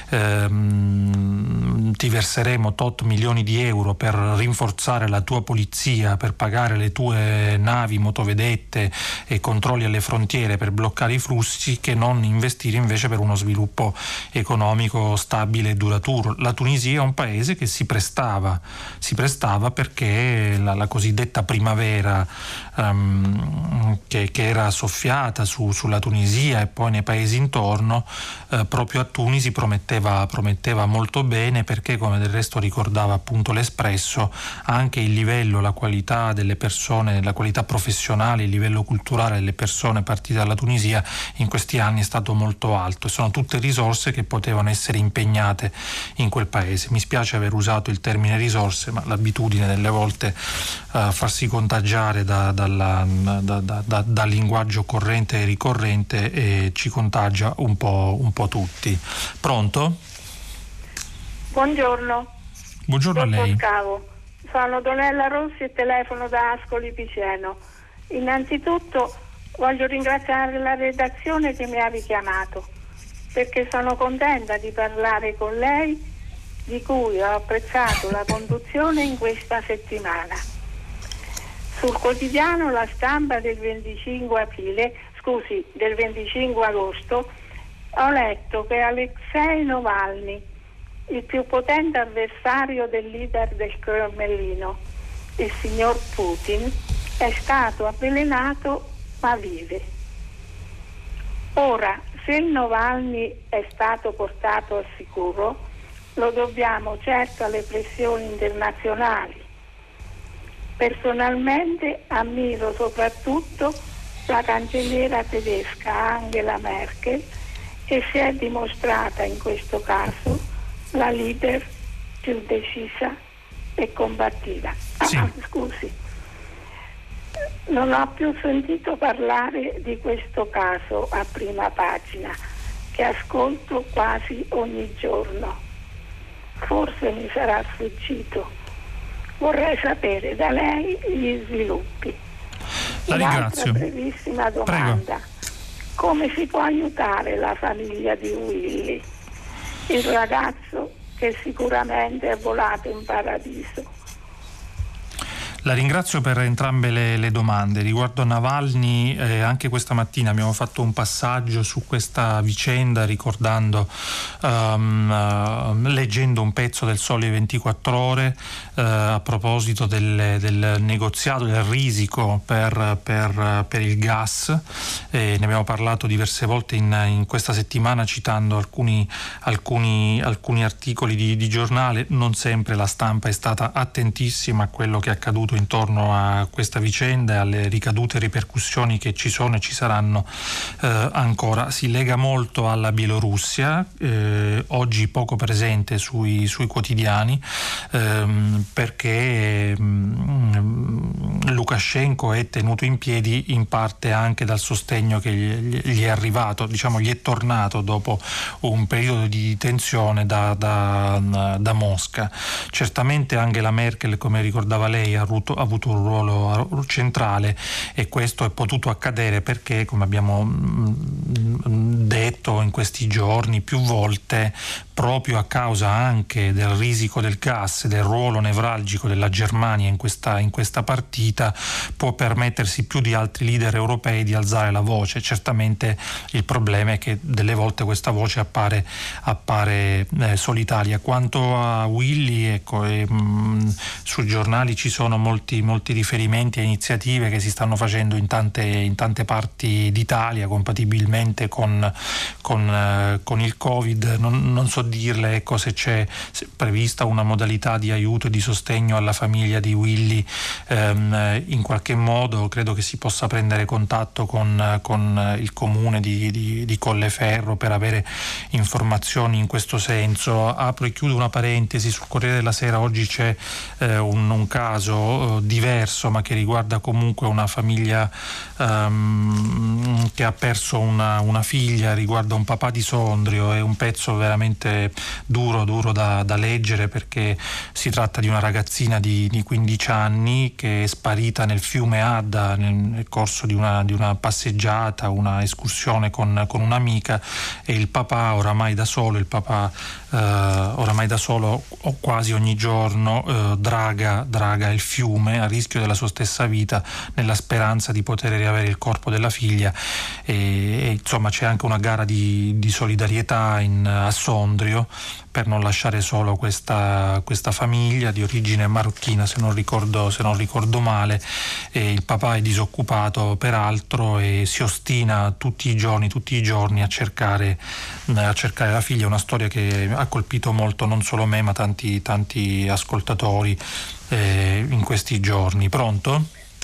ehm, ti verseremo tot milioni di euro per rinforzare la tua polizia, per pagare le tue navi, motovedette e controlli alle frontiere, per bloccare i flussi, che non investire invece per uno sviluppo economico stabile e duraturo. La Tunisia è un paese che si prestava si prestava perché la, la cosiddetta primavera um, che, che era soffiata su, sulla Tunisia e poi nei paesi intorno, Eh, proprio a Tunisi prometteva, prometteva molto bene, perché, come del resto ricordava appunto l'Espresso, anche il livello, la qualità delle persone, la qualità professionale, il livello culturale delle persone partite dalla Tunisia in questi anni è stato molto alto, e sono tutte risorse che potevano essere impegnate in quel paese. Mi spiace aver usato il termine risorse, ma l'abitudine delle volte a uh, farsi contagiare da, dalla, da, da, da, dal linguaggio corrente e ricorrente e ci contagia un po', un po' tutti. Pronto? Buongiorno. Buongiorno a lei. Scavo. Sono Donella Rossi e telefono da Ascoli Piceno. Innanzitutto voglio ringraziare la redazione che mi ha richiamato, perché sono contenta di parlare con lei, di cui ho apprezzato la conduzione in questa settimana. Sul quotidiano La Stampa del venticinque aprile, scusi, del venticinque agosto, ho letto che Alexei Navalny, il più potente avversario del leader del Cremlino, il signor Putin, è stato avvelenato ma vive. Ora, se il Navalny è stato portato al sicuro, lo dobbiamo certo alle pressioni internazionali. Personalmente ammiro soprattutto la cancelliera tedesca Angela Merkel, che si è dimostrata in questo caso la leader più decisa e combattiva. Sì. Ah, scusi, non ho più sentito parlare di questo caso a prima pagina, che ascolto quasi ogni giorno. Forse mi sarà sfuggito. Vorrei sapere da lei gli sviluppi. La ringrazio. Un'altra brevissima domanda. Prego. Come si può aiutare la famiglia di Willy, il ragazzo che sicuramente è volato in paradiso? La ringrazio per entrambe le, le domande. Riguardo Navalny, eh, anche questa mattina abbiamo fatto un passaggio su questa vicenda, ricordando, um, uh, leggendo un pezzo del Sole ventiquattro Ore uh, a proposito del, del negoziato, del risico per, per, per il gas. Eh, ne abbiamo parlato diverse volte in, in questa settimana, citando alcuni, alcuni, alcuni articoli di, di giornale. Non sempre la stampa è stata attentissima a quello che è accaduto intorno a questa vicenda e alle ricadute e ripercussioni che ci sono e ci saranno eh, ancora. Si lega molto alla Bielorussia, eh, oggi poco presente sui, sui quotidiani, ehm, perché mh, Lukashenko è tenuto in piedi in parte anche dal sostegno che gli, gli è arrivato, diciamo gli è tornato dopo un periodo di tensione da, da, da Mosca. Certamente Angela Merkel, come ricordava lei, ha avuto, ha avuto un ruolo centrale, e questo è potuto accadere perché, come abbiamo detto in questi giorni più volte, proprio a causa anche del risico del gas e del ruolo nevralgico della Germania in questa, in questa partita, può permettersi più di altri leader europei di alzare la voce. Certamente il problema è che delle volte questa voce appare, appare eh, solitaria. Quanto a Willy, ecco, eh, mh, sui giornali ci sono molti, molti riferimenti a iniziative che si stanno facendo in tante, in tante parti d'Italia compatibilmente con, con, eh, con il Covid. Non, non so dirle, ecco, se c'è prevista una modalità di aiuto e di sostegno alla famiglia di Willy. Ehm, in qualche modo credo che si possa prendere contatto con, con il comune di, di, di Colleferro per avere informazioni in questo senso. Apro e chiudo una parentesi: sul Corriere della Sera oggi c'è eh, un, un caso eh, diverso, ma che riguarda comunque una famiglia ehm, che ha perso una, una figlia, riguarda un papà di Sondrio. È un pezzo veramente duro, duro da, da leggere, perché si tratta di una ragazzina di, di quindici anni che è sparita nel fiume Adda nel, nel corso di una, di una passeggiata, una escursione con, con un'amica, e il papà oramai da solo, il papà eh, oramai da solo o quasi ogni giorno eh, draga, draga il fiume a rischio della sua stessa vita, nella speranza di poter riavere il corpo della figlia. E, e insomma c'è anche una gara di, di solidarietà in, a Sondrio, per non lasciare solo questa, questa famiglia di origine marocchina, se non ricordo, se non ricordo male. E il papà è disoccupato peraltro e si ostina tutti i giorni, tutti i giorni a cercare, a cercare la figlia. È una storia che ha colpito molto non solo me, ma tanti, tanti ascoltatori eh, in questi giorni. Pronto?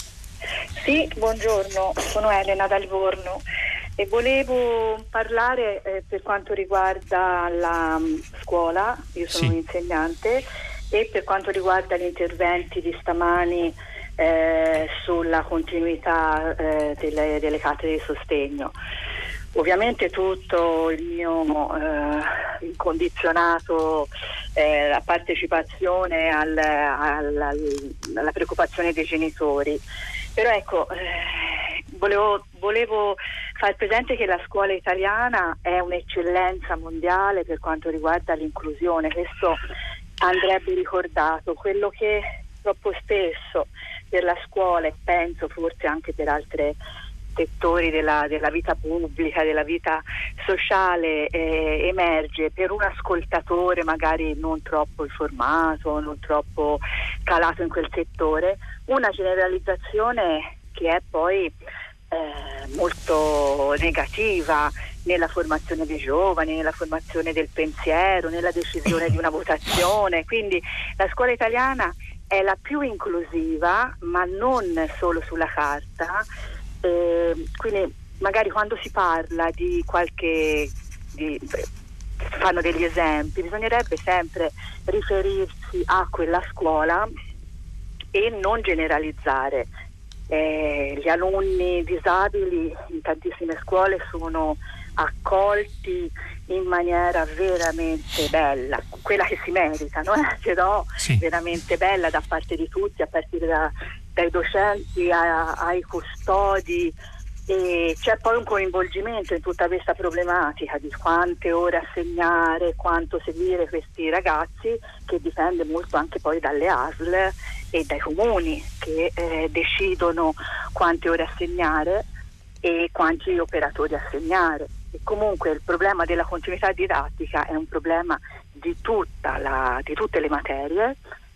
Sì, buongiorno, sono Elena da Livorno. E volevo parlare eh, per quanto riguarda la um, scuola. Io sono sì. un'insegnante, e per quanto riguarda gli interventi di stamani eh, sulla continuità eh, delle, delle cattedre di sostegno. Ovviamente tutto il mio eh, incondizionato eh, la partecipazione al, al, al, alla preoccupazione dei genitori, però ecco eh, volevo, volevo far presente che la scuola italiana è un'eccellenza mondiale per quanto riguarda l'inclusione. Questo andrebbe ricordato. Quello che troppo spesso per la scuola, e penso forse anche per altri settori della, della vita pubblica, della vita sociale, eh, emerge per un ascoltatore magari non troppo informato, non troppo calato in quel settore, una generalizzazione che è poi eh, molto negativa nella formazione dei giovani, nella formazione del pensiero, nella decisione di una votazione. Quindi la scuola italiana è la più inclusiva, ma non solo sulla carta. Eh, quindi magari quando si parla di qualche di, fanno degli esempi, bisognerebbe sempre riferirsi a quella scuola e non generalizzare. Eh, gli alunni disabili in tantissime scuole sono accolti in maniera veramente bella, quella che si meritano, eh? Però sì. veramente bella da parte di tutti, a partire da dai docenti a, ai custodi, e c'è poi un coinvolgimento in tutta questa problematica di quante ore assegnare, quanto seguire questi ragazzi, che dipende molto anche poi dalle A S L e dai comuni che eh, decidono quante ore assegnare e quanti operatori assegnare. E comunque il problema della continuità didattica è un problema di, tutta la, di tutte le materie,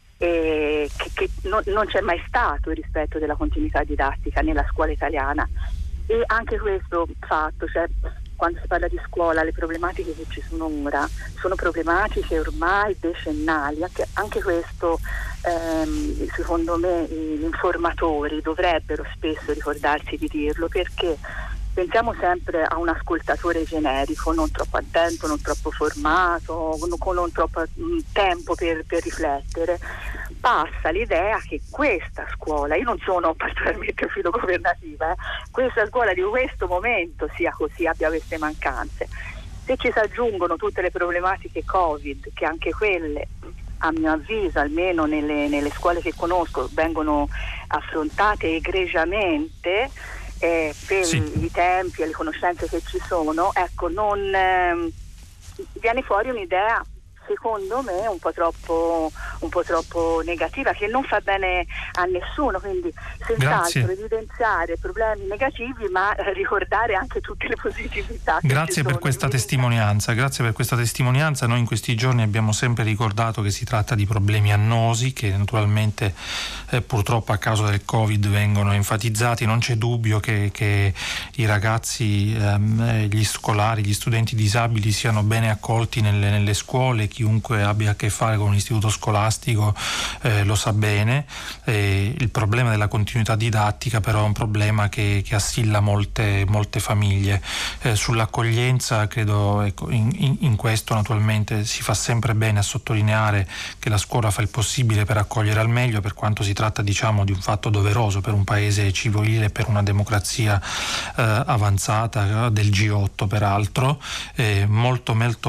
e che, che non, non c'è mai stato il rispetto della continuità didattica nella scuola italiana. E anche questo fatto, cioè quando si parla di scuola, le problematiche che ci sono ora sono problematiche ormai decennali. Anche, anche questo ehm, secondo me gli informatori dovrebbero spesso ricordarsi di dirlo, perché pensiamo sempre a un ascoltatore generico, non troppo attento, non troppo formato, non, con non troppo mh, tempo per, per riflettere. Passa l'idea che questa scuola, io non sono particolarmente filogovernativa, eh, questa scuola di questo momento sia così, abbia queste mancanze. Se ci si aggiungono tutte le problematiche Covid, che anche quelle, a mio avviso, almeno nelle, nelle scuole che conosco, vengono affrontate egregiamente, Eh, per sì. i tempi e le conoscenze che ci sono, ecco, non ehm, viene fuori un'idea secondo me un po' troppo un po' troppo negativa, che non fa bene a nessuno, quindi senz'altro evidenziare problemi negativi ma ricordare anche tutte le positività. Grazie per questa testimonianza, grazie per questa testimonianza. Noi in questi giorni abbiamo sempre ricordato che si tratta di problemi annosi che naturalmente eh, purtroppo a causa del Covid vengono enfatizzati. Non c'è dubbio che, che i ragazzi, ehm, gli scolari, gli studenti disabili siano bene accolti nelle, nelle scuole. Chiunque abbia a che fare con un istituto scolastico eh, lo sa bene. Eh, il problema della continuità didattica però è un problema che, che assilla molte, molte famiglie. Eh, sull'accoglienza credo, ecco, in, in, in questo naturalmente si fa sempre bene a sottolineare che la scuola fa il possibile per accogliere al meglio, per quanto si tratta, diciamo, di un fatto doveroso per un paese civile, per una democrazia eh, avanzata del G otto peraltro. Eh, molto molto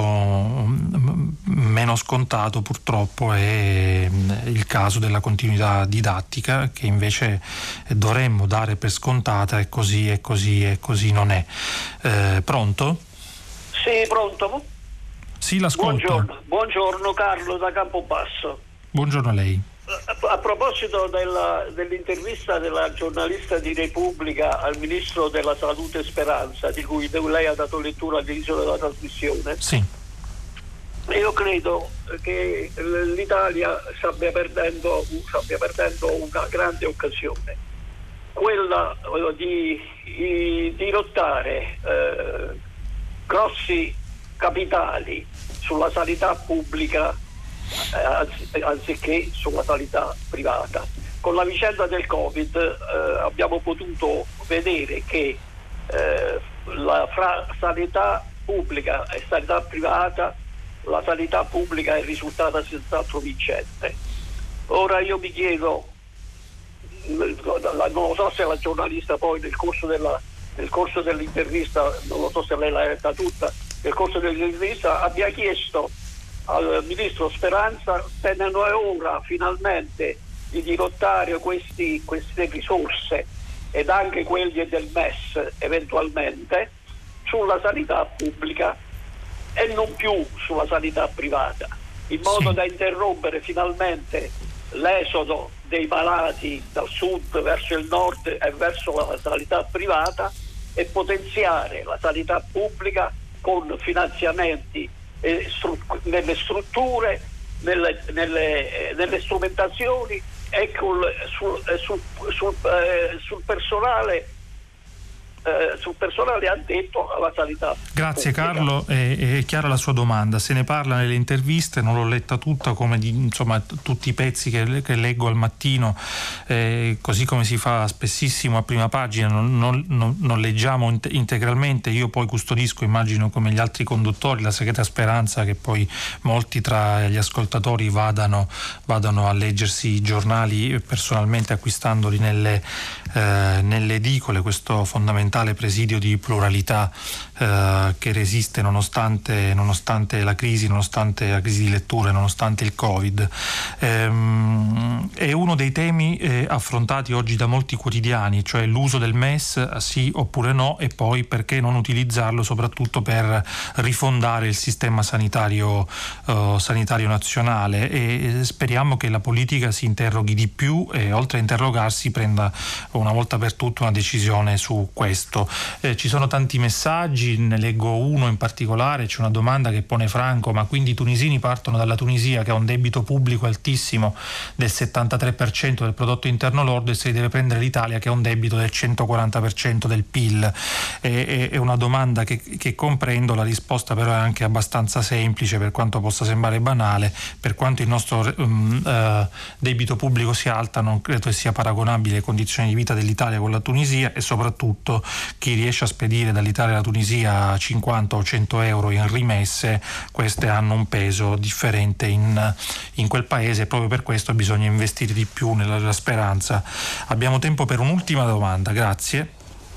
meno scontato purtroppo è il caso della continuità didattica, che invece dovremmo dare per scontata, e così e così e così non è. Eh, pronto? Sì, pronto? Sì, l'ascolto. Buongiorno, buongiorno Carlo da Campobasso. Buongiorno a lei. A, a proposito della, dell'intervista della giornalista di Repubblica al ministro della Salute Speranza, di cui lei ha dato lettura all'inizio della trasmissione, sì. Io credo che l'Italia stia perdendo, stia perdendo una grande occasione, quella di dirottare eh, grossi capitali sulla sanità pubblica eh, anziché sulla sanità privata. Con la vicenda del Covid eh, abbiamo potuto vedere che eh, la fra sanità pubblica e sanità privata, la sanità pubblica è risultata senz'altro vincente. Ora io mi chiedo, non lo so se la giornalista poi nel corso, della, nel corso dell'intervista, non lo so se lei l'ha letta tutta, nel corso dell'intervista abbia chiesto al ministro Speranza se ne è ora finalmente di dirottare questi, queste risorse ed anche quelli del M E S eventualmente sulla sanità pubblica e non più sulla sanità privata, in modo sì. da interrompere finalmente l'esodo dei malati dal sud verso il nord e verso la sanità privata e potenziare la sanità pubblica con finanziamenti eh, stru- nelle strutture, nelle, nelle, nelle strumentazioni e col, sul, sul, sul, eh, sul personale Eh, sul personale addetto alla sanità. Grazie pubblica. Carlo, è, è chiara la sua domanda. Se ne parla nelle interviste, non l'ho letta tutta, come di, insomma tutti i pezzi che, che leggo al mattino, eh, così come si fa spessissimo a prima pagina, non, non, non, non leggiamo int- integralmente. Io poi custodisco, immagino come gli altri conduttori, la segreta speranza che poi molti tra gli ascoltatori vadano, vadano a leggersi i giornali personalmente, acquistandoli nelle, eh, nelle edicole, questo fondamentale presidio di pluralità eh, che resiste nonostante, nonostante la crisi, nonostante la crisi di letture, nonostante il Covid. Ehm, è uno dei temi eh, affrontati oggi da molti quotidiani, cioè l'uso del M E S, sì oppure no, e poi perché non utilizzarlo soprattutto per rifondare il sistema sanitario, eh, sanitario nazionale, e speriamo che la politica si interroghi di più e oltre a interrogarsi prenda una volta per tutte una decisione su questo. questo. Eh, ci sono tanti messaggi, ne leggo uno in particolare, c'è una domanda che pone Franco: ma quindi i tunisini partono dalla Tunisia che ha un debito pubblico altissimo del settantatré per cento del prodotto interno lordo e se li deve prendere l'Italia che ha un debito del centoquaranta per cento del P I L? È, è una domanda che, che comprendo, la risposta però è anche abbastanza semplice, per quanto possa sembrare banale. Per quanto il nostro um, uh, debito pubblico sia alto, non credo che sia paragonabile alle condizioni di vita dell'Italia con la Tunisia, e soprattutto chi riesce a spedire dall'Italia alla Tunisia cinquanta o cento euro in rimesse, queste hanno un peso differente in, in quel paese, e proprio per questo bisogna investire di più nella, nella speranza. Abbiamo tempo per un'ultima domanda, grazie.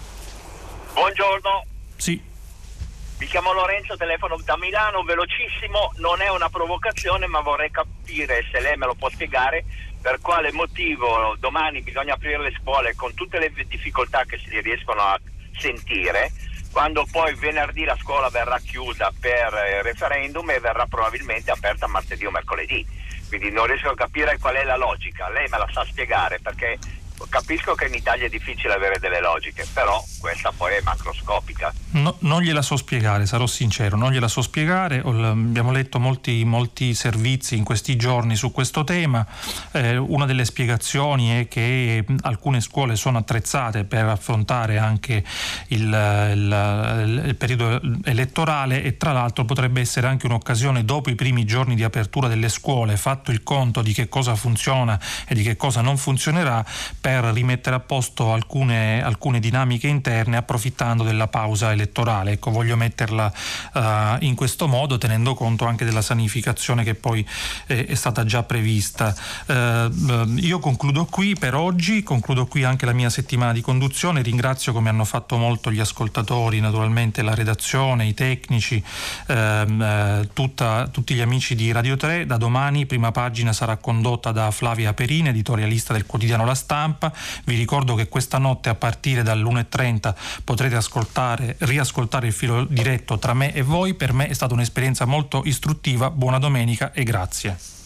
Buongiorno. Sì. Mi chiamo Lorenzo, telefono da Milano, velocissimo, non è una provocazione, ma vorrei capire se lei me lo può spiegare per quale motivo domani bisogna aprire le scuole con tutte le difficoltà che si riescono a sentire, quando poi venerdì la scuola verrà chiusa per il referendum e verrà probabilmente aperta martedì o mercoledì. Quindi non riesco a capire qual è la logica. Lei me la sa spiegare, perché capisco che in Italia è difficile avere delle logiche, però questa poi è macroscopica. No, non gliela so spiegare, sarò sincero, non gliela so spiegare. Abbiamo letto molti, molti servizi in questi giorni su questo tema. Eh, una delle spiegazioni è che alcune scuole sono attrezzate per affrontare anche il, il, il periodo elettorale, e tra l'altro potrebbe essere anche un'occasione, dopo i primi giorni di apertura delle scuole, fatto il conto di che cosa funziona e di che cosa non funzionerà, per rimettere a posto alcune, alcune dinamiche interne, approfittando della pausa elettorale. Ecco, voglio metterla uh, in questo modo, tenendo conto anche della sanificazione che poi eh, è stata già prevista. Uh, io concludo qui per oggi, concludo qui anche la mia settimana di conduzione. Ringrazio, come hanno fatto molto, gli ascoltatori, naturalmente la redazione, i tecnici, uh, tutta, tutti gli amici di Radio tre. Da domani Prima Pagina sarà condotta da Flavia Perini, editorialista del quotidiano La Stampa. Vi ricordo che questa notte a partire dall'una e trenta potrete ascoltare, riascoltare il filo diretto tra me e voi. Per me è stata un'esperienza molto istruttiva. Buona domenica e grazie.